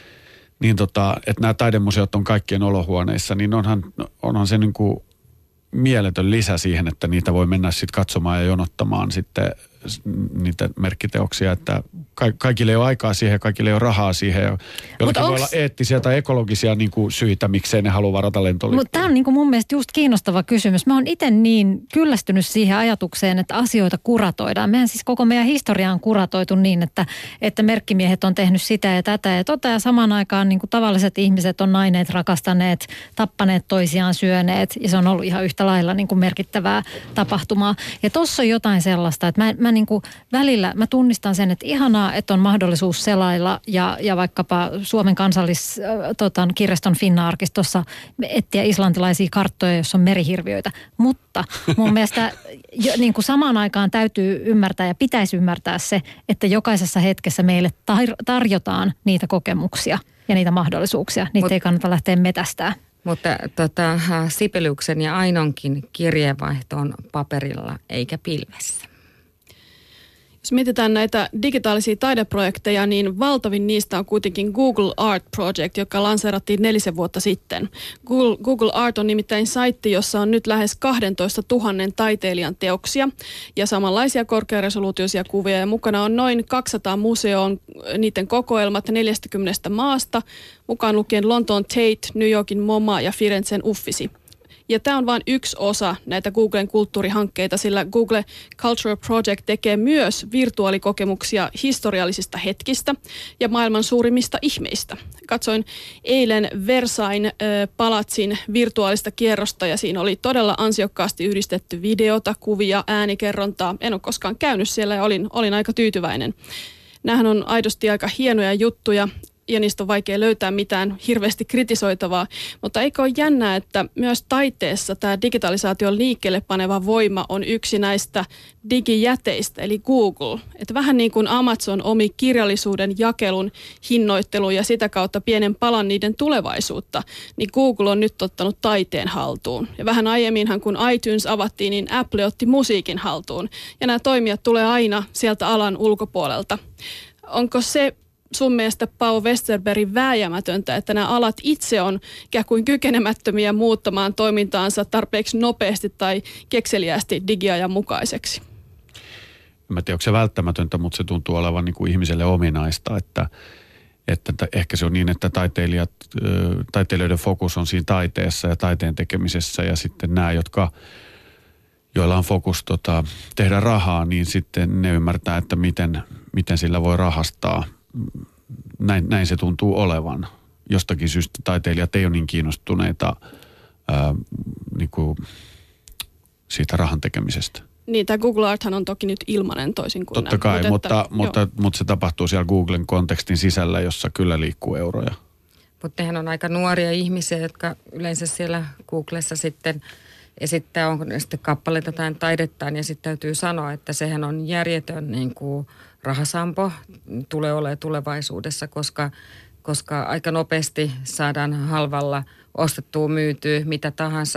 niin tota, että nämä taidemuseot on kaikkien olohuoneissa, niin onhan, onhan se niin kuin mieletön lisä siihen, että niitä voi mennä sitten katsomaan ja jonottamaan sitten niitä merkkiteoksia, että ka- kaikille ei ole aikaa siihen, kaikille ei ole rahaa siihen. Ja jollakin voi olla eettisiä tai ekologisia niin kuin syitä, miksei ne halua varata lentolippuja. Mutta tämä on niin kuin mun mielestä just kiinnostava kysymys. Mä oon itse niin kyllästynyt siihen ajatukseen, että asioita kuratoidaan. Mehän siis koko meidän historia on kuratoitu niin, että, että merkkimiehet on tehnyt sitä ja tätä ja tota. Ja samaan aikaan niin kuin tavalliset ihmiset on naineet, rakastaneet, tappaneet toisiaan, syöneet. Ja se on ollut ihan yhtä lailla niin kuin merkittävää tapahtumaa. Ja tossa on jotain sellaista, että mä, mä niin kuin välillä, mä tunnistan sen, että ihanaa, että on mahdollisuus selailla ja, ja vaikkapa Suomen kansalliskirjaston tota, Finna-arkistossa etsiä islantilaisia karttoja, joissa on merihirviöitä. Mutta mun mielestä jo, niin kuin samaan aikaan täytyy ymmärtää ja pitäisi ymmärtää se, että jokaisessa hetkessä meille tar- tarjotaan niitä kokemuksia ja niitä mahdollisuuksia. Niitä Mut, ei kannata lähteä metästään. Mutta tota, Sibeliuksen ja Ainonkin kirjeenvaihto on paperilla eikä pilvessä. Jos mietitään näitä digitaalisia taideprojekteja, niin valtavin niistä on kuitenkin Google Art Project, joka lanseerattiin nelisen vuotta sitten. Google, Google Art on nimittäin saitti, jossa on nyt lähes kaksitoista tuhatta taiteilijan teoksia ja samanlaisia korkearesoluutioisia kuvia. Ja mukana on noin kaksisataa museoon, niiden kokoelmat neljästäkymmenestä maasta, mukaan lukien Lontoon Tate, New Yorkin MoMA ja Firenzen Uffisi. Ja tämä on vain yksi osa näitä Googlen kulttuurihankkeita, sillä Google Cultural Project tekee myös virtuaalikokemuksia historiallisista hetkistä ja maailman suurimmista ihmeistä. Katsoin eilen Versailles palatsin virtuaalista kierrosta ja siinä oli todella ansiokkaasti yhdistetty videota, kuvia, äänikerrontaa. En ole koskaan käynyt siellä ja olin, olin aika tyytyväinen. Nämähän on aidosti aika hienoja juttuja. Ja niistä on vaikea löytää mitään hirveästi kritisoitavaa. Mutta eikö ole jännää, että myös taiteessa tämä digitalisaation liikkeelle paneva voima on yksi näistä digijäteistä, eli Google. Että vähän niin kuin Amazon omi kirjallisuuden jakelun hinnoittelu ja sitä kautta pienen palan niiden tulevaisuutta, niin Google on nyt ottanut taiteen haltuun. Ja vähän aiemminhan kun iTunes avattiin, niin Apple otti musiikin haltuun. Ja nämä toimijat tulee aina sieltä alan ulkopuolelta. Onko se sun mielestä, Paavo Westerberg, vääjäämätöntä, että nämä alat itse on ikään kuin kykenemättömiä muuttamaan toimintaansa tarpeeksi nopeasti tai kekseliästi digiajan mukaiseksi? Mä tiedän, onko se välttämätöntä, mutta se tuntuu olevan niin kuin ihmiselle ominaista, että, että ehkä se on niin, että taiteilijat, taiteilijoiden fokus on siinä taiteessa ja taiteen tekemisessä ja sitten nämä, jotka joilla on fokus tota, tehdä rahaa, niin sitten ne ymmärtää, että miten, miten sillä voi rahastaa. Näin, näin se tuntuu olevan. Jostakin syystä taiteilijat ei ole niin kiinnostuneita ää, niin kuin siitä rahan tekemisestä. Niin, tämä Google Arthan on toki nyt ilmainen toisin kuin Totta kai, mutta, mutta, että, mutta, mutta se tapahtuu siellä Googlen kontekstin sisällä, jossa kyllä liikkuu euroja. Mutta tehän on aika nuoria ihmisiä, jotka yleensä siellä Googlessa sitten esittää, onko ne sitten kappaleita tai taidettaan, ja sitten täytyy sanoa, että sehän on järjetön niin kuin rahasampo, tulee olemaan tulevaisuudessa, koska, koska aika nopeasti saadaan halvalla ostettua, myytyä, mitä tahansa.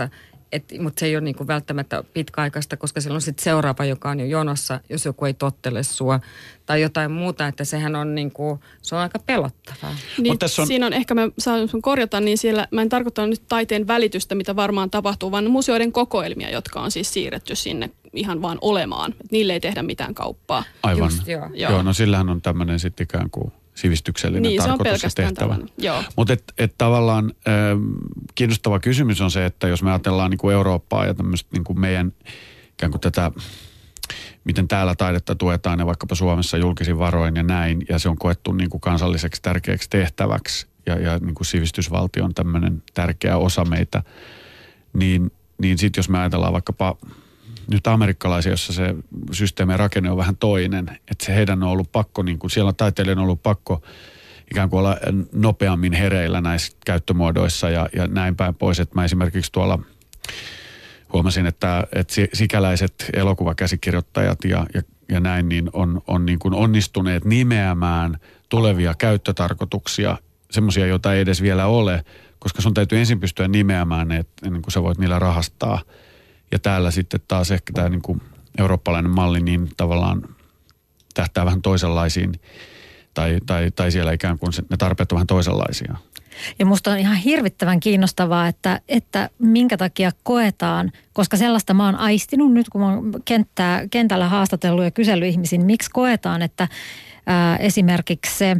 mutta se ei ole niinku välttämättä pitkäaikaista, koska silloin sitten seuraava, joka on jo jonossa, jos joku ei tottele sua tai jotain muuta, että sehän on niinku, se on aika pelottavaa. Niin, on... Siinä on ehkä, mä saan korjata, niin siellä, mä en tarkoita nyt taiteen välitystä, mitä varmaan tapahtuu, vaan museoiden kokoelmia, jotka on siis siirretty sinne ihan vaan olemaan. Et niille ei tehdä mitään kauppaa. Aivan. Just, joo. Joo. joo, no sillähän on tämmöinen sitten ikään kuin sivistyksellinen niin, tarkoitus ja tehtävä. Mutta et, et tavallaan äh, kiinnostava kysymys on se, että jos me ajatellaan niin kuin Eurooppaa ja tämmöistä niin kuin meidän ikään kuin tätä, miten täällä taidetta tuetaan ja vaikkapa Suomessa julkisin varoin ja näin, ja se on koettu niin kuin kansalliseksi tärkeäksi tehtäväksi ja, ja niin kuin sivistysvaltio on tämmöinen tärkeä osa meitä, niin, niin sitten jos me ajatellaan vaikkapa nyt amerikkalaisia, jossa se systeemin rakenne on vähän toinen, että se heidän on ollut pakko, niin kuin siellä on taiteilijan ollut pakko ikään kuin olla nopeammin hereillä näissä käyttömuodoissa ja, ja näin päin pois. Että mä esimerkiksi tuolla huomasin, että, että sikäläiset elokuvakäsikirjoittajat ja, ja, ja näin niin on, on niin kuin onnistuneet nimeämään tulevia käyttötarkoituksia, semmoisia, joita ei edes vielä ole, koska sun täytyy ensin pystyä nimeämään ne, että ennen kuin sä voit niillä rahastaa. Ja täällä sitten taas ehkä tämä niin kuin eurooppalainen malli niin tavallaan tähtää vähän toisenlaisiin, tai, tai, tai siellä ikään kuin se, ne tarpeet on vähän toisenlaisia. Ja musta on ihan hirvittävän kiinnostavaa, että, että minkä takia koetaan, koska sellaista mä oon aistinut nyt, kun mä oon kenttää, kentällä haastatellut ja kysellyt ihmisiin, miksi koetaan, että ää, esimerkiksi se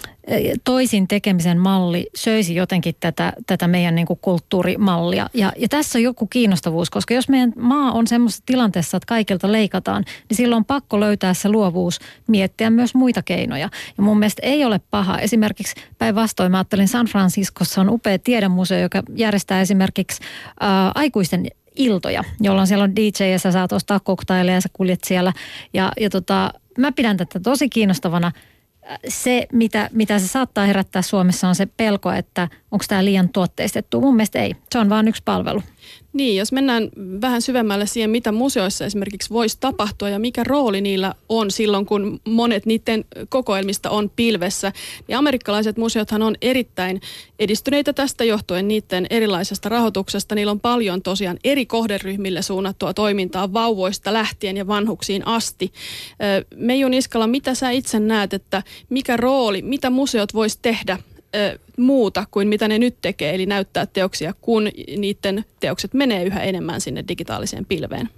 toisin tekemisen malli söisi jotenkin tätä, tätä meidän niin kuin kulttuurimallia. Ja, ja tässä on joku kiinnostavuus, koska jos meidän maa on semmoisessa tilanteessa, että kaikilta leikataan, niin silloin on pakko löytää se luovuus, miettiä myös muita keinoja. Ja mun mielestä ei ole paha. Esimerkiksi päinvastoin mä ajattelin San Franciscossa on upea tiedemuseo, joka järjestää esimerkiksi ää, aikuisten iltoja, jolloin siellä on D J ja sä saat ostaa koktaileja ja sä kuljet siellä. Ja, ja tota, mä pidän tätä tosi kiinnostavana. Se, mitä, mitä se saattaa herättää Suomessa, on se pelko, että onko tämä liian tuotteistettu. Mun mielestä ei. Se on vain yksi palvelu. Niin, jos mennään vähän syvemmälle siihen, mitä museoissa esimerkiksi voisi tapahtua ja mikä rooli niillä on silloin, kun monet niiden kokoelmista on pilvessä. Niin amerikkalaiset museothan on erittäin edistyneitä tästä johtuen niiden erilaisesta rahoituksesta. Niillä on paljon tosiaan eri kohderyhmille suunnattua toimintaa vauvoista lähtien ja vanhuksiin asti. Meiju Niskala, mitä sä itse näet, että mikä rooli, mitä museot vois tehdä muuta kuin mitä ne nyt tekee, eli näyttää teoksia, kun niiden teokset menee yhä enemmän sinne digitaaliseen pilveen?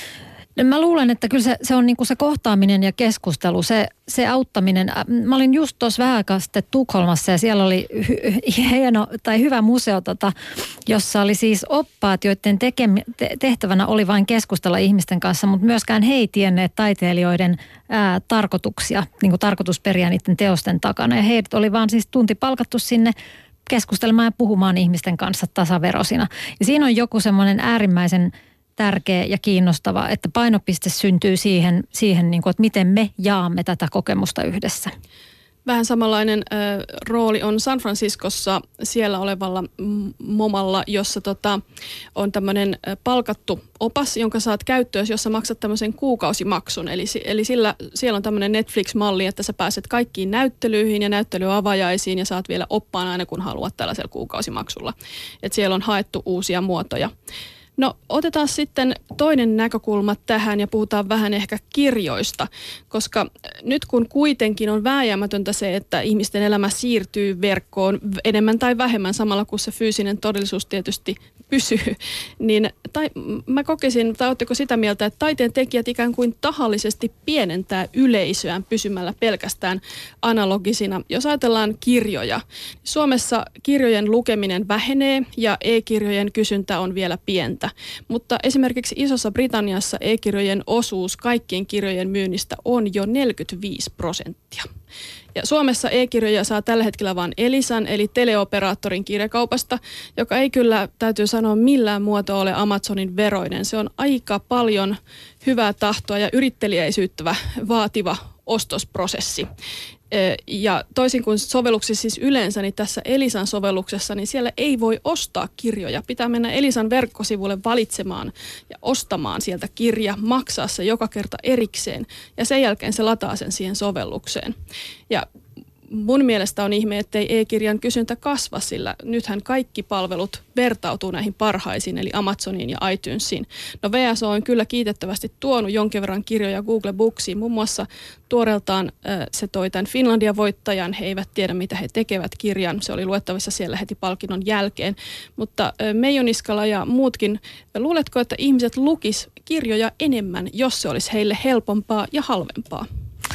Mä luulen, että kyllä se, se on niin kuin se kohtaaminen ja keskustelu, se, se auttaminen. Mä olin just tuossa vähän aikaa sitten Tukholmassa ja siellä oli hy, hieno tai hyvä museo, tota, jossa oli siis oppaat, joiden tekemi, te, tehtävänä oli vain keskustella ihmisten kanssa, mutta myöskään he ei tienneet taiteilijoiden ää, tarkoituksia, niin kuin tarkoitusperiä niiden teosten takana. Ja heidät oli vaan siis tunti palkattu sinne keskustelemaan ja puhumaan ihmisten kanssa tasaverosina. Ja siinä on joku semmoinen äärimmäisen tärkeä ja kiinnostava, että painopiste syntyy siihen, siihen niin kuin, että miten me jaamme tätä kokemusta yhdessä. Vähän samanlainen ö, rooli on San Franciscossa siellä olevalla momalla, jossa tota, on tämmöinen palkattu opas, jonka saat käyttöön, jossa maksat tämmöisen kuukausimaksun. Eli, eli sillä, siellä on tämmöinen Netflix-malli, että sä pääset kaikkiin näyttelyihin ja näyttelyavajaisiin ja saat vielä oppaan aina kun haluat tällaisella kuukausimaksulla. Et siellä on haettu uusia muotoja. No otetaan sitten toinen näkökulma tähän ja puhutaan vähän ehkä kirjoista, koska nyt kun kuitenkin on vääjäämätöntä se, että ihmisten elämä siirtyy verkkoon enemmän tai vähemmän samalla kun se fyysinen todellisuus tietysti pysyy, niin tai, mä kokisin, tai ootteko sitä mieltä, että taiteen tekijät ikään kuin tahallisesti pienentää yleisöään pysymällä pelkästään analogisina. Jos ajatellaan kirjoja, Suomessa kirjojen lukeminen vähenee ja e-kirjojen kysyntä on vielä pientä. Mutta esimerkiksi Isossa Britanniassa e-kirjojen osuus kaikkien kirjojen myynnistä on jo neljäkymmentäviisi prosenttia. Ja Suomessa e-kirjoja saa tällä hetkellä vain Elisan eli teleoperaattorin kirjakaupasta, joka ei kyllä, täytyy sanoa, millään muotoa ole Amazonin veroinen. Se on aika paljon hyvää tahtoa ja yritteliäisyyttä vaativa ostosprosessi. Ja toisin kuin sovelluksissa siis yleensä, niin tässä Elisan sovelluksessa, niin siellä ei voi ostaa kirjoja. Pitää mennä Elisan verkkosivuille valitsemaan ja ostamaan sieltä kirja, maksaa se joka kerta erikseen ja sen jälkeen se lataa sen siihen sovellukseen. Ja mun mielestä on ihme, ettei e-kirjan kysyntä kasva, sillä nythän kaikki palvelut vertautuu näihin parhaisiin, eli Amazoniin ja iTunesiin. No V S O on kyllä kiitettävästi tuonut jonkin verran kirjoja Google Booksiin. Muun muassa tuoreeltaan se toi tämän Finlandia-voittajan. He eivät tiedä, mitä he tekevät kirjan. Se oli luettavissa siellä heti palkinnon jälkeen. Mutta Meijo Niskala ja muutkin, luuletko, että ihmiset lukis kirjoja enemmän, jos se olisi heille helpompaa ja halvempaa?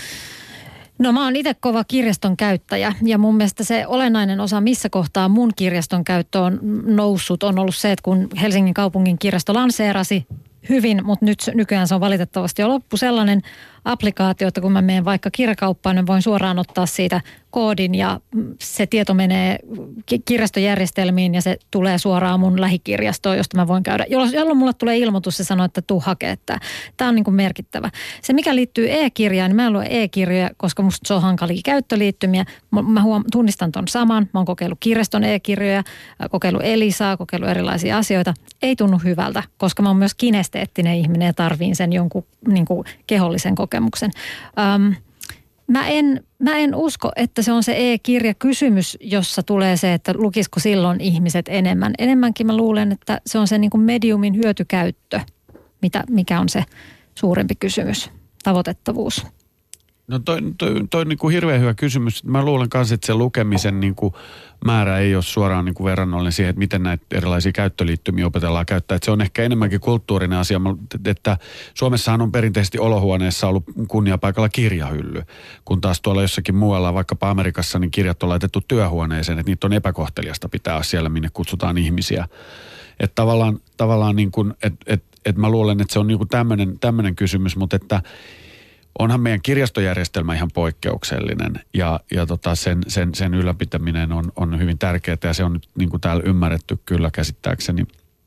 No mä oon itse kova kirjaston käyttäjä ja mun mielestä se olennainen osa, missä kohtaa mun kirjaston käyttö on noussut, on ollut se, että kun Helsingin kaupungin kirjasto lanseerasi hyvin, mutta nyt nykyään se on valitettavasti jo loppu sellainen applikaatio, että kun mä menen vaikka kirjakauppaan, niin voin suoraan ottaa siitä koodin ja se tieto menee kirjastojärjestelmiin ja se tulee suoraan mun lähikirjastoon, josta mä voin käydä. Jolloin mulle tulee ilmoitus ja sanoo, että tuu hakee, että tämä on niin kuin merkittävä. Se mikä liittyy e-kirjaan, niin mä en lue e-kirjoja, koska musta se on hankalia käyttöliittymiä. Mä huom- tunnistan ton saman. Mä oon kokeillut kirjaston e-kirjoja, kokeillut Elisaa, kokeillut erilaisia asioita. Ei tunnu hyvältä, koska mä oon myös kinesteettinen ihminen ja tarviin sen jonkun niin kuin kehollisen kokemuksen. Um, Mä en, mä en usko, että se on se e-kirjakysymys, jossa tulee se, että lukisiko silloin ihmiset enemmän. Enemmänkin mä luulen, että se on se niin kuin mediumin hyötykäyttö, mitä, mikä on se suurempi kysymys, tavoitettavuus. No toi, toi, toi niin kuin hirveän hyvä kysymys. Mä luulen kanssa, että se lukemisen niin kuin määrä ei ole suoraan niin kuin verrannollinen siihen, että miten näitä erilaisia käyttöliittymiä opetellaan käyttää. Että se on ehkä enemmänkin kulttuurinen asia, että Suomessahan on perinteisesti olohuoneessa ollut kunniapaikalla kirjahylly, kun taas tuolla jossakin muualla, vaikkapa Amerikassa, niin kirjat on laitettu työhuoneeseen, että niitä on epäkohteliasta pitää siellä, minne kutsutaan ihmisiä. Että tavallaan, tavallaan niin kuin, että et, et mä luulen, että se on niin kuin tämmöinen, tämmöinen kysymys, mutta että onhan meidän kirjastojärjestelmä ihan poikkeuksellinen ja, ja tota sen, sen, sen ylläpitäminen on, on hyvin tärkeää ja se on nyt niin kuin täällä ymmärretty kyllä käsittääkseni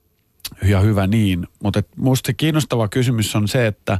ja hyvä niin. Mutta minusta se kiinnostava kysymys on se, että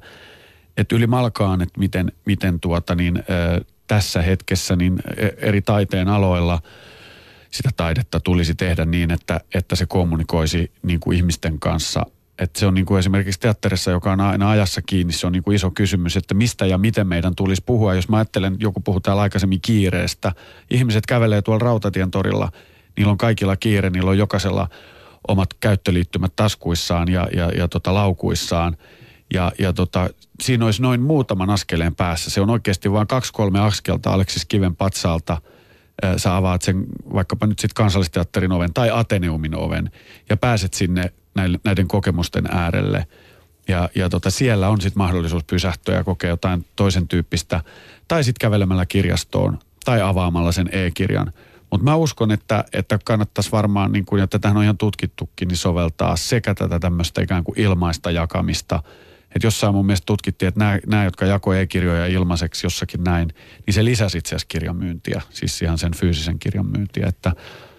et yli malkaan, että miten, miten tuota niin, ä, tässä hetkessä niin eri taiteen aloilla sitä taidetta tulisi tehdä niin, että, että se kommunikoisi niin kuin ihmisten kanssa. Että se on niin kuin esimerkiksi teatterissa, joka on aina ajassa kiinni, se on niin kuin iso kysymys, että mistä ja miten meidän tulisi puhua. Jos mä ajattelen, joku puhui täällä aikaisemmin kiireestä. Ihmiset kävelee tuolla Rautatien torilla, niillä on kaikilla kiire, niillä on jokaisella omat käyttöliittymät taskuissaan ja, ja, ja tota laukuissaan. Ja, ja tota, siinä olisi noin muutaman askeleen päässä. Se on oikeasti vain kaksi kolme askelta Aleksis Kiven patsaalta. Sä avaat sen vaikkapa nyt sitten Kansallisteatterin oven tai Ateneumin oven ja pääset sinne näiden kokemusten äärelle. Ja, ja tota, siellä on sitten mahdollisuus pysähtyä ja kokea jotain toisen tyyppistä. Tai sitten kävelemällä kirjastoon tai avaamalla sen e-kirjan. Mutta mä uskon, että, että kannattaisi varmaan, niin kuin, ja tätähän on ihan tutkittukin, niin soveltaa sekä tätä tämmöistä ikään kuin ilmaista jakamista. Että jossain mun mielestä tutkittiin, että nämä, nämä jotka jakoi e-kirjoja ilmaiseksi jossakin näin, niin se lisäsi itse asiassa kirjan myyntiä. Siis ihan sen fyysisen kirjan myyntiä, että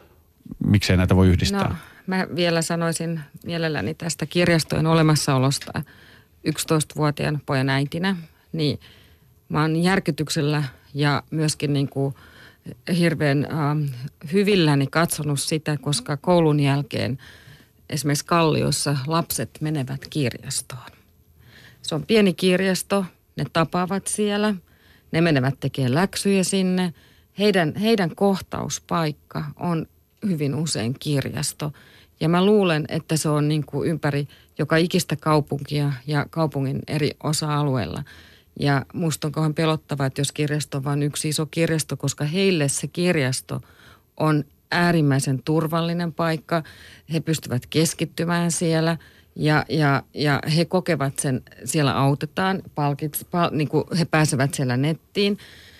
miksei näitä voi yhdistää. No. Mä vielä sanoisin mielelläni tästä kirjastojen olemassaolosta yksitoistavuotiaan pojan äitinä, niin mä oon järkytyksellä ja myöskin niin kuin hirveän äh, hyvilläni katsonut sitä, koska koulun jälkeen esimerkiksi Kalliossa lapset menevät kirjastoon. Se on pieni kirjasto, ne tapaavat siellä, ne menevät tekemään läksyjä sinne. Heidän, heidän kohtauspaikka on hyvin usein kirjasto. Ja mä luulen, että se on niin kuin ympäri joka ikistä kaupunkia ja kaupungin eri osa-alueilla. Ja musta on kauhean pelottavaa, että jos kirjasto on vain yksi iso kirjasto, koska heille se kirjasto on äärimmäisen turvallinen paikka. He pystyvät keskittymään siellä ja, ja, ja he kokevat sen, siellä autetaan, palkit, pal, niin kuin he pääsevät siellä nettiin.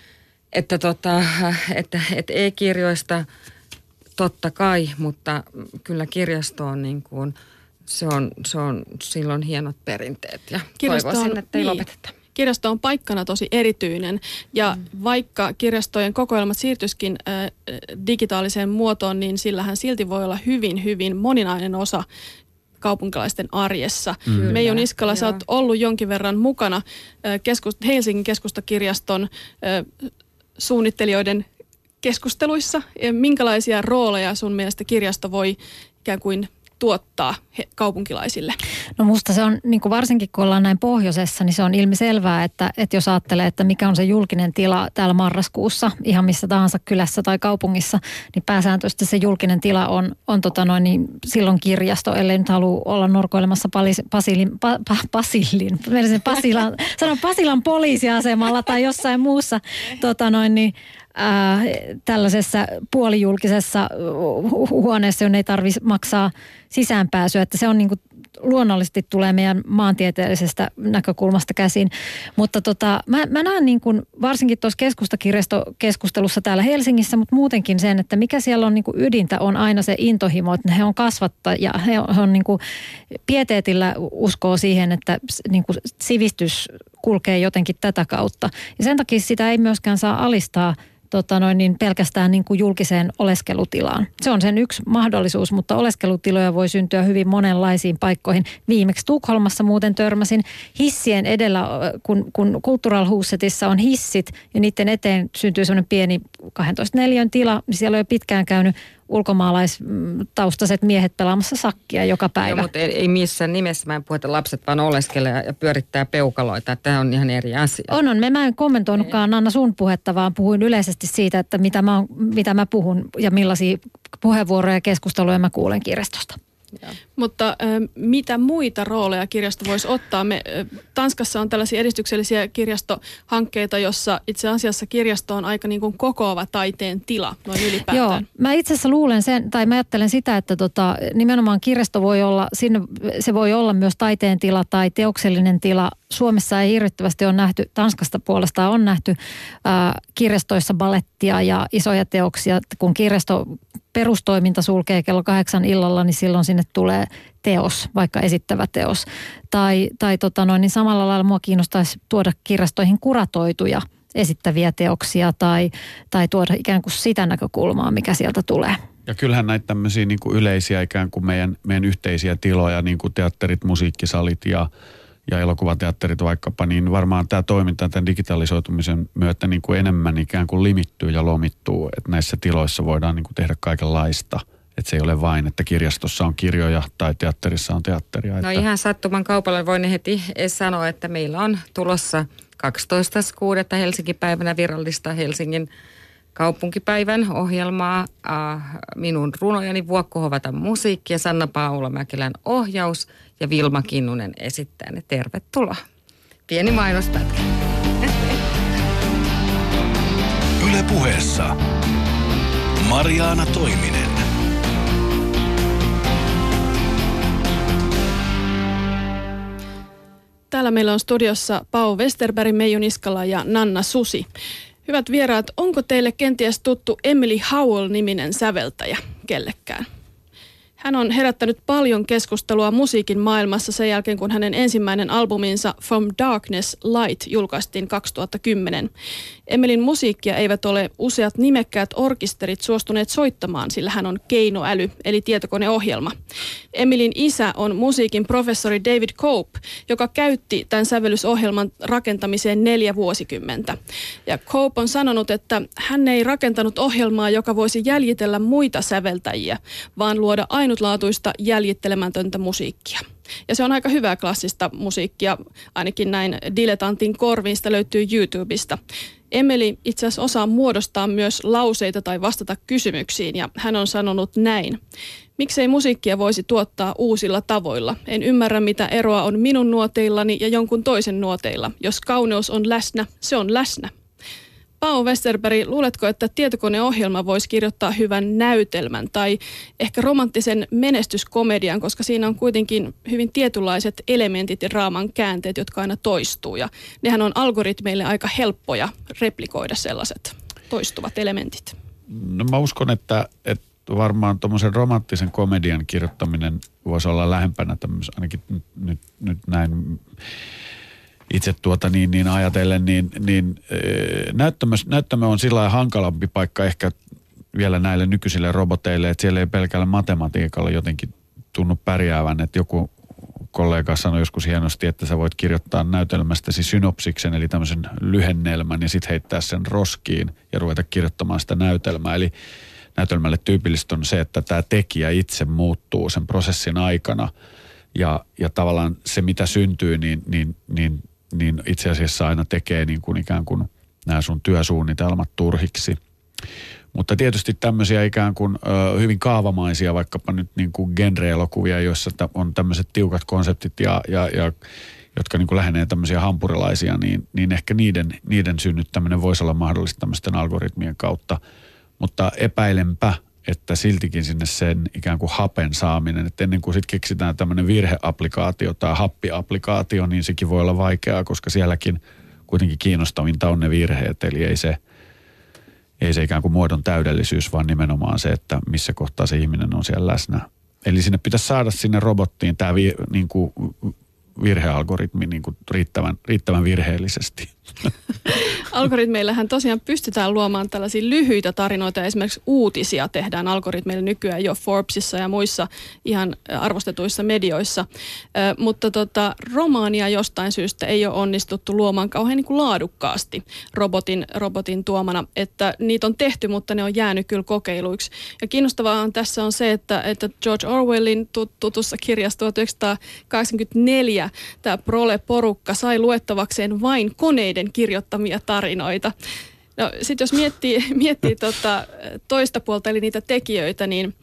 Että, tota, että, että e-kirjoista totta kai, mutta kyllä kirjasto on niin kuin, se on, se on silloin hienot perinteet ja kirjasto toivoisin, on, että ei niin. lopeteta. Kirjasto on paikkana tosi erityinen ja mm. vaikka kirjastojen kokoelmat siirtyisikin äh, digitaaliseen muotoon, niin sillähän silti voi olla hyvin, hyvin moninainen osa kaupunkilaisten arjessa. Mm. Meijo Niskala, sä oot ollut jonkin verran mukana äh, keskus, Helsingin keskustakirjaston äh, suunnittelijoiden keskusteluissa. Minkälaisia rooleja sun mielestä kirjasto voi ikään kuin tuottaa he, kaupunkilaisille? No musta se on, niin kuin varsinkin kun ollaan näin pohjoisessa, niin se on ilmiselvää, että, että jos ajattelee, että mikä on se julkinen tila täällä marraskuussa, ihan missä tahansa kylässä tai kaupungissa, niin pääsääntöisesti se julkinen tila on, on tota noin, niin silloin kirjasto, ellei nyt halua olla norkoilemassa Palis, Pasilin, pa, pa, Pasilin, Pasilan, sanon Pasilan poliisiasemalla tai jossain muussa tota noin, niin, Äh, tällaisessa puolijulkisessa huoneessa, jonne ei tarvitse maksaa sisäänpääsyä, että se on niin kuin luonnollisesti tulee meidän maantieteellisestä näkökulmasta käsin. Mutta tota, mä, mä näen niin kuin varsinkin tuossa keskustakirjastokeskustelussa täällä Helsingissä, mutta muutenkin sen, että mikä siellä on niin kuin ydintä, on aina se intohimo, että he on kasvattajia, he on, he on niin kuin pieteetillä uskoo siihen, että niin kuin sivistys kulkee jotenkin tätä kautta. Ja sen takia sitä ei myöskään saa alistaa Tota noin, niin pelkästään niin kuin julkiseen oleskelutilaan. Se on sen yksi mahdollisuus, mutta oleskelutiloja voi syntyä hyvin monenlaisiin paikkoihin. Viimeksi Tukholmassa muuten törmäsin hissien edellä, kun, kun Kulturalhusetissa on hissit ja niiden eteen syntyy semmoinen pieni kaksitoista neliön tila, niin siellä on jo pitkään käynyt ulkomaalaistaustaiset miehet pelaamassa sakkia joka päivä. Joo, mutta ei, ei missään nimessä. Mä en puhu, että lapset vaan oleskelee ja pyörittää peukaloita. Tämä on ihan eri asia. On, on. Mä en kommentoinutkaan Anna sun puhetta, vaan puhuin yleisesti siitä, että mitä mä, mitä mä puhun ja millaisia puheenvuoroja ja keskusteluja mä kuulen kirjastosta. Ja. Mutta äh, mitä muita rooleja kirjasto voisi ottaa? Me, äh, Tanskassa on tällaisia edistyksellisiä kirjastohankkeita, jossa itse asiassa kirjasto on aika niin kuin kokoava taiteen tila noin ylipäätään. Joo, mä itse asiassa luulen sen, tai mä ajattelen sitä, että tota, nimenomaan kirjasto voi olla, sinne, se voi olla myös taiteen tila tai teoksellinen tila. Suomessa ei hirvittävästi ole nähty, Tanskasta puolestaan on nähty äh, kirjastoissa balettia ja isoja teoksia, kun kirjasto perustoiminta sulkee kello kahdeksan illalla, niin silloin sinne tulee teos, vaikka esittävä teos. Tai, tai tota noin, niin samalla lailla mua kiinnostaisi tuoda kirjastoihin kuratoituja esittäviä teoksia tai, tai tuoda ikään kuin sitä näkökulmaa, mikä sieltä tulee. Ja kyllähän näitä tämmöisiä niin kuin yleisiä ikään kuin meidän, meidän yhteisiä tiloja, niin kuin teatterit, musiikkisalit ja ja elokuvateatterit vaikkapa, niin varmaan tämä toiminta tämän digitalisoitumisen myötä niin kuin enemmän ikään kuin limittyy ja lomittuu, että näissä tiloissa voidaan niin kuin tehdä kaikenlaista. Että se ei ole vain, että kirjastossa on kirjoja tai teatterissa on teatteria. No että ihan sattuman kaupalle voin heti sanoa, että meillä on tulossa kahdestoista kuudetta Helsinki-päivänä virallista Helsingin kaupunkipäivän ohjelmaa. Minun runojani Vuokko Hovatan musiikki ja Sanna Paula-Mäkelän ohjaus ja Vilma Kinnunen esittää ne. Tervetuloa. Pieni mainospätkä. Yle Puheessa Mariaana Toiminen. Täällä meillä on studiossa Pau Westerberg, Meiju Niskala ja Nanna Susi. Hyvät vieraat, onko teille kenties tuttu Emily Howell-niminen säveltäjä kellekään? Hän on herättänyt paljon keskustelua musiikin maailmassa sen jälkeen, kun hänen ensimmäinen albuminsa From Darkness Light julkaistiin kaksituhattakymmenen. Emilyn musiikkia eivät ole useat nimekkäät orkesterit suostuneet soittamaan, sillä hän on keinoäly, eli tietokoneohjelma. Emilyn isä on musiikin professori David Cope, joka käytti tämän sävellysohjelman rakentamiseen neljä vuosikymmentä. Ja Cope on sanonut, että hän ei rakentanut ohjelmaa, joka voisi jäljitellä muita säveltäjiä, vaan luoda ainutlaatuista jäljittelemätöntä musiikkia. Ja se on aika hyvää klassista musiikkia, ainakin näin dilettantin korviin, sitä löytyy YouTubesta. Emily itse asiassa osaa muodostaa myös lauseita tai vastata kysymyksiin, ja hän on sanonut näin. Miksei musiikkia voisi tuottaa uusilla tavoilla? En ymmärrä, mitä eroa on minun nuoteillani ja jonkun toisen nuoteilla. Jos kauneus on läsnä, se on läsnä. Pau Westerberg, luuletko, että tietokoneohjelma voisi kirjoittaa hyvän näytelmän tai ehkä romanttisen menestyskomedian, koska siinä on kuitenkin hyvin tietynlaiset elementit ja draaman käänteet, jotka aina toistuu. Ja nehän on algoritmeille aika helppoja replikoida sellaiset toistuvat elementit. No mä uskon, että, että varmaan tuommoisen romanttisen komedian kirjoittaminen voisi olla lähempänä tämmöisen, ainakin nyt, nyt, nyt näin itse tuota niin, niin ajatellen, niin, niin näyttämö, näyttämö on sillä lailla hankalampi paikka ehkä vielä näille nykyisille roboteille, että siellä ei pelkällä matematiikalla jotenkin tunnu pärjäävän, että joku kollega sanoi joskus hienosti, että sä voit kirjoittaa näytelmästäsi synopsiksen, eli tämmöisen lyhennelmän ja sitten heittää sen roskiin ja ruveta kirjoittamaan sitä näytelmää. Eli näytelmälle tyypillistä on se, että tämä tekijä itse muuttuu sen prosessin aikana ja, ja tavallaan se, mitä syntyy, niin, niin, niin, niin itse asiassa aina tekee niin kuin ikään kuin nämä sun työsuunnitelmat turhiksi. Mutta tietysti tämmöisiä ikään kuin ö, hyvin kaavamaisia, vaikkapa nyt niin kuin genre-elokuvia, joissa on tämmöiset tiukat konseptit ja, ja, ja jotka niin kuin lähenee tämmöisiä hampurilaisia, niin, niin ehkä niiden, niiden synnyttäminen voisi olla mahdollista tämmöisten algoritmien kautta. Mutta epäilenpä, että siltikin sinne sen ikään kuin hapen saaminen, että ennen kuin sitten keksitään tämmöinen virheapplikaatio tai happiapplikaatio, niin sekin voi olla vaikeaa, koska sielläkin kuitenkin kiinnostavinta on ne virheet, eli ei se, ei se ikään kuin muodon täydellisyys, vaan nimenomaan se, että missä kohtaa se ihminen on siellä läsnä. Eli sinne pitäisi saada sinne robottiin tämä vi, niin kuin virhealgoritmi niin kuin riittävän, riittävän virheellisesti. Algoritmeillähän tosiaan pystytään luomaan tällaisia lyhyitä tarinoita. Esimerkiksi uutisia tehdään algoritmeilla nykyään jo Forbesissa ja muissa ihan arvostetuissa medioissa. Ö, mutta tota, romaania jostain syystä ei ole onnistuttu luomaan kauhean niin kuin laadukkaasti robotin, robotin tuomana. Että niitä on tehty, mutta ne on jäänyt kyllä kokeiluiksi. Ja kiinnostavaa tässä on se, että, että George Orwellin tutussa kirjassa tuhatyhdeksänsataakahdeksankymmentäneljä tämä Prole-porukka sai luettavakseen vain koneiden kirjoittamia tarinoita. No sitten jos miettii, miettii tota toista puolta, eli niitä tekijöitä, niin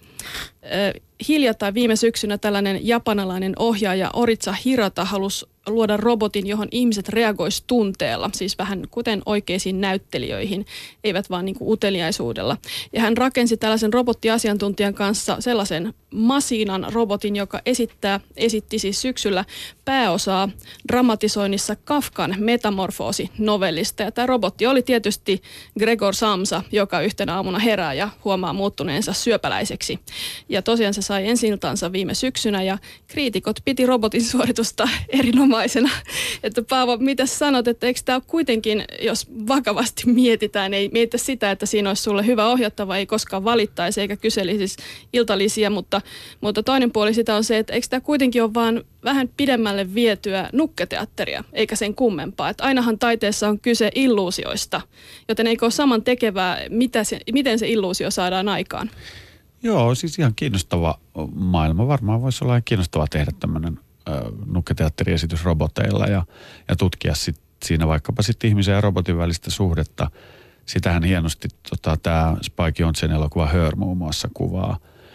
äh, hiljattain viime syksynä tällainen japanalainen ohjaaja Oritsa Hirata halusi luoda robotin, johon ihmiset reagoisi tunteella, siis vähän kuten oikeisiin näyttelijöihin, eivät vaan niin kuin uteliaisuudella. Ja hän rakensi tällaisen robottiasiantuntijan kanssa sellaisen Masinan robotin, joka esittää, esitti siis syksyllä pääosaa dramatisoinnissa Kafkan Metamorfoosi-novellista. Ja tämä robotti oli tietysti Gregor Samsa, joka yhtenä aamuna herää ja huomaa muuttuneensa syöpäläiseksi. Ja tosiaan se sai ensi-iltansa viime syksynä ja kriitikot piti robotin suoritusta erinomaisena. Että Paavo, mitä sanot, että eikö tämä kuitenkin, jos vakavasti mietitään, ei mietitä sitä, että siinä olisi sulle hyvä ohjattava, ei koskaan valittaisi eikä kyselisi iltalisia, mutta, mutta toinen puoli sitä on se, että eikö tämä kuitenkin ole vaan vähän pidemmälle vietyä nukketeatteria, eikä sen kummempaa. Että ainahan taiteessa on kyse illuusioista, joten eikö ole saman tekevää, mitä se, miten se illuusio saadaan aikaan? Joo, siis ihan kiinnostava maailma. Varmaan voisi olla kiinnostava tehdä tämmöinen nukketeatteriesitys roboteilla ja, ja tutkia sit siinä vaikkapa sitten ihmisen ja robotin välistä suhdetta. Sitähän hienosti tota, tämä Spike Jonzen elokuva Her muun muassa kuvaa.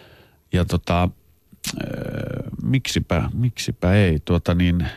Ja tota, äh, miksipä, miksipä ei, tuota niin,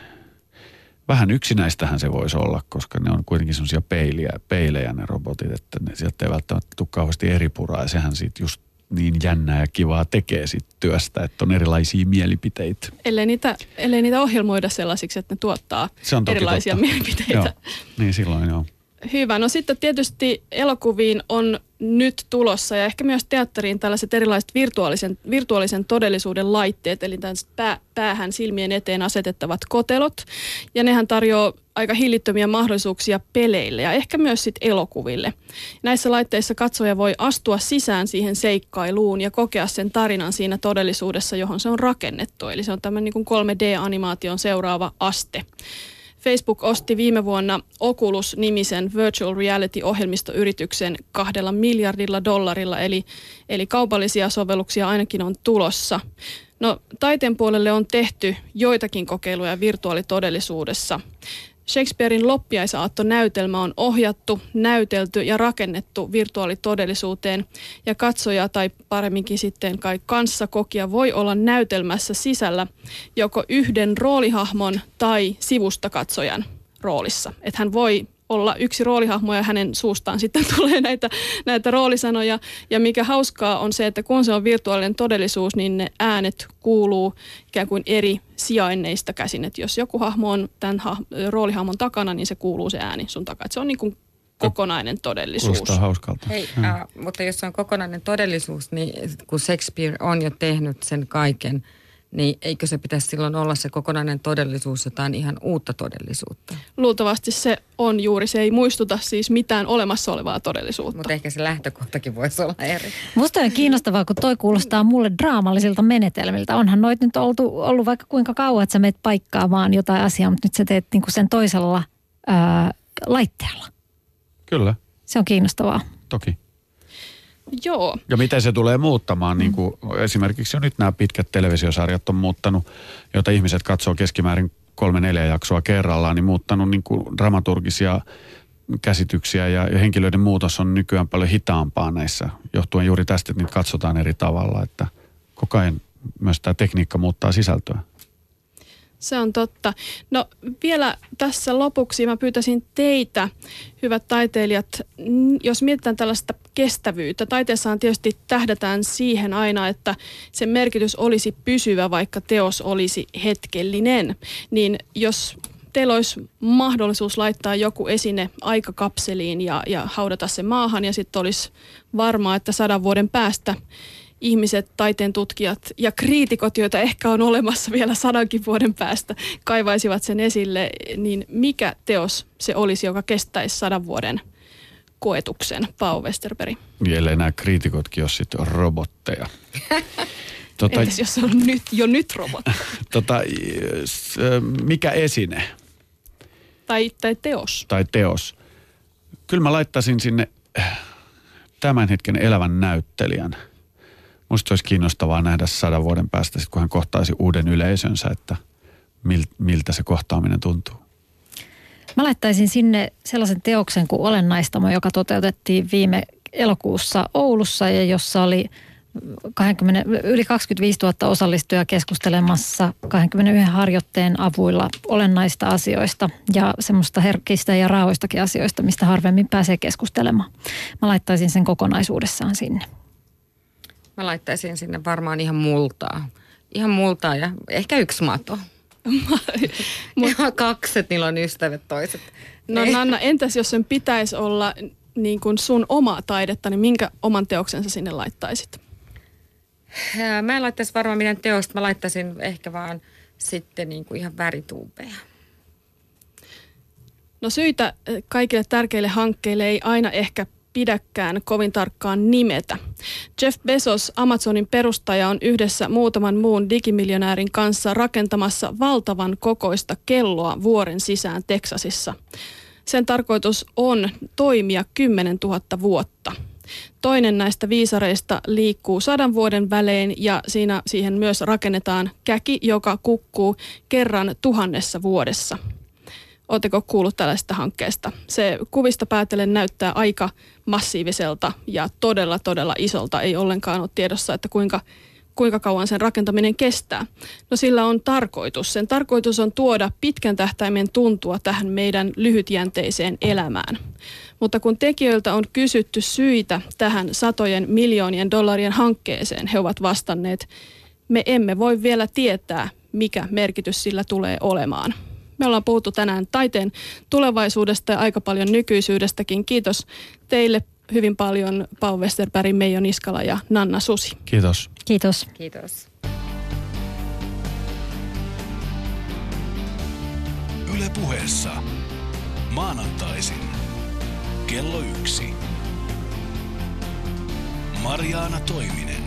vähän yksinäistähän se voisi olla, koska ne on kuitenkin semmoisia peiliä, peilejä ne robotit, että ne sieltä ei välttämättä tule kauheasti eri puraa ja sehän siitä just niin jännää ja kivaa tekee sit työstä, että on erilaisia mielipiteitä. Ellei niitä, ellei niitä ohjelmoida sellaisiksi, että ne tuottaa erilaisia totta. mielipiteitä. Joo, niin silloin joo. Hyvä. No sitten tietysti elokuviin on nyt tulossa ja ehkä myös teatteriin tällaiset erilaiset virtuaalisen, virtuaalisen todellisuuden laitteet, eli tällaiset pää, päähän silmien eteen asetettavat kotelot. Ja nehän tarjoaa aika hillittömiä mahdollisuuksia peleille ja ehkä myös sitten elokuville. Näissä laitteissa katsoja voi astua sisään siihen seikkailuun ja kokea sen tarinan siinä todellisuudessa, johon se on rakennettu. Eli se on tämmöinen niin kuin kolme D-animaation seuraava aste. Facebook osti viime vuonna Oculus-nimisen virtual reality-ohjelmistoyrityksen kahdella miljardilla dollarilla, eli, eli kaupallisia sovelluksia ainakin on tulossa. No, taiteen puolelle on tehty joitakin kokeiluja virtuaalitodellisuudessa. Shakespearein Loppiaisaatto-näytelmä on ohjattu, näytelty ja rakennettu virtuaalitodellisuuteen ja katsoja tai paremminkin sitten kai kanssakokija voi olla näytelmässä sisällä joko yhden roolihahmon tai sivustakatsojan roolissa. Että hän voi olla yksi roolihahmo ja hänen suustaan sitten tulee näitä, näitä roolisanoja. Ja mikä hauskaa on se, että kun se on virtuaalinen todellisuus, niin ne äänet kuuluu ikään kuin eri sijainneista käsin. Että jos joku hahmo on tämän ha- roolihahmon takana, niin se kuuluu se ääni sun takaa. Että se on niin kuin kokonainen todellisuus. Kuulostaa hauskalta. Hei, hmm. äh, mutta jos se on kokonainen todellisuus, niin kun Shakespeare on jo tehnyt sen kaiken, niin eikö se pitäisi silloin olla se kokonainen todellisuus jotain ihan uutta todellisuutta? Luultavasti se on juuri. Se ei muistuta siis mitään olemassa olevaa todellisuutta. Mutta ehkä se lähtökohtakin voisi olla eri. Musta on kiinnostavaa, kun toi kuulostaa mulle draamallisilta menetelmiltä. Onhan noit nyt oltu, ollut vaikka kuinka kauan, että sä meet paikkaamaan jotain asiaa, mutta nyt sä teet niinku sen toisella ää, laitteella. Kyllä. Se on kiinnostavaa. Toki. Joo. Ja miten se tulee muuttamaan, mm. niin kuin esimerkiksi jo nyt nämä pitkät televisiosarjat on muuttanut, joita ihmiset katsoo keskimäärin kolme neljä jaksoa kerrallaan, niin muuttanut niin kuin dramaturgisia käsityksiä ja henkilöiden muutos on nykyään paljon hitaampaa näissä, johtuen juuri tästä, että niitä katsotaan eri tavalla, että koko ajan myös tämä tekniikka muuttaa sisältöä. Se on totta. No vielä tässä lopuksi mä pyytäisin teitä, hyvät taiteilijat, jos mietitään tällaista kestävyyttä. Taiteessahan tietysti tähdätään siihen aina, että sen merkitys olisi pysyvä, vaikka teos olisi hetkellinen. Niin jos teillä olisi mahdollisuus laittaa joku esine aikakapseliin ja, ja haudata se maahan ja sitten olisi varmaa, että sadan vuoden päästä ihmiset, taiteen tutkijat ja kriitikot, joita ehkä on olemassa vielä sadankin vuoden päästä, kaivaisivat sen esille, niin mikä teos se olisi, joka kestäisi sadan vuoden koetuksen, Paavo Westerberg? Vielä nämä kriitikotkin jos sitten on robotteja. Tota, Entäs jos on nyt, jo nyt robotti? Tota, mikä esine? Tai, tai teos. Tai teos. Kyllä mä laittaisin sinne tämän hetken elävän näyttelijän. Musta olisi kiinnostavaa nähdä sadan vuoden päästä, sit kun hän kohtaisi uuden yleisönsä, että miltä se kohtaaminen tuntuu. Mä laittaisin sinne sellaisen teoksen kuin Olennaistamo, joka toteutettiin viime elokuussa Oulussa ja jossa oli kaksikymmentä, yli kaksikymmentäviisituhatta osallistujaa keskustelemassa kaksikymmentäyksi harjoitteen avuilla olennaista asioista ja semmoista herkistä ja raaoistakin asioista, mistä harvemmin pääsee keskustelemaan. Mä laittaisin sen kokonaisuudessaan sinne. Mä laittaisin sinne varmaan ihan multaa. Ihan multaa ja ehkä yksi mato. Ihan kaksi, että niillä on ystävät toiset. No Nanna, entäs jos sen pitäisi olla niin kuin sun omaa taidetta, niin minkä oman teoksen sä sinne laittaisit? Mä en laittaisi varmaan mitään teosta. Mä laittaisin ehkä vaan sitten niin kuin ihan värituubeja. No syitä kaikille tärkeille hankkeille ei aina ehkä pidäkään kovin tarkkaan nimetä. Jeff Bezos, Amazonin perustaja, on yhdessä muutaman muun digimiljonäärin kanssa rakentamassa valtavan kokoista kelloa vuoren sisään Teksasissa. Sen tarkoitus on toimia kymmenen tuhatta vuotta. Toinen näistä viisareista liikkuu sadan vuoden välein ja siinä siihen myös rakennetaan käki, joka kukkuu kerran tuhannessa vuodessa. Oletteko kuullut tällaista hankkeesta? Se kuvista päätellen näyttää aika massiiviselta ja todella, todella isolta. Ei ollenkaan ole tiedossa, että kuinka, kuinka kauan sen rakentaminen kestää. No sillä on tarkoitus. Sen tarkoitus on tuoda pitkän tähtäimen tuntua tähän meidän lyhytjänteiseen elämään. Mutta kun tekijöiltä on kysytty syitä tähän satojen miljoonien dollarien hankkeeseen, he ovat vastanneet, me emme voi vielä tietää, mikä merkitys sillä tulee olemaan. Me ollaan puhuttu tänään taiteen tulevaisuudesta ja aika paljon nykyisyydestäkin. Kiitos teille hyvin paljon, Paavo Westerberg, Meijo Niskala ja Nanna Susi. Kiitos. Kiitos. Kiitos. Yle Puheessa maanantaisin kello yksi. Mariaana Toiminen.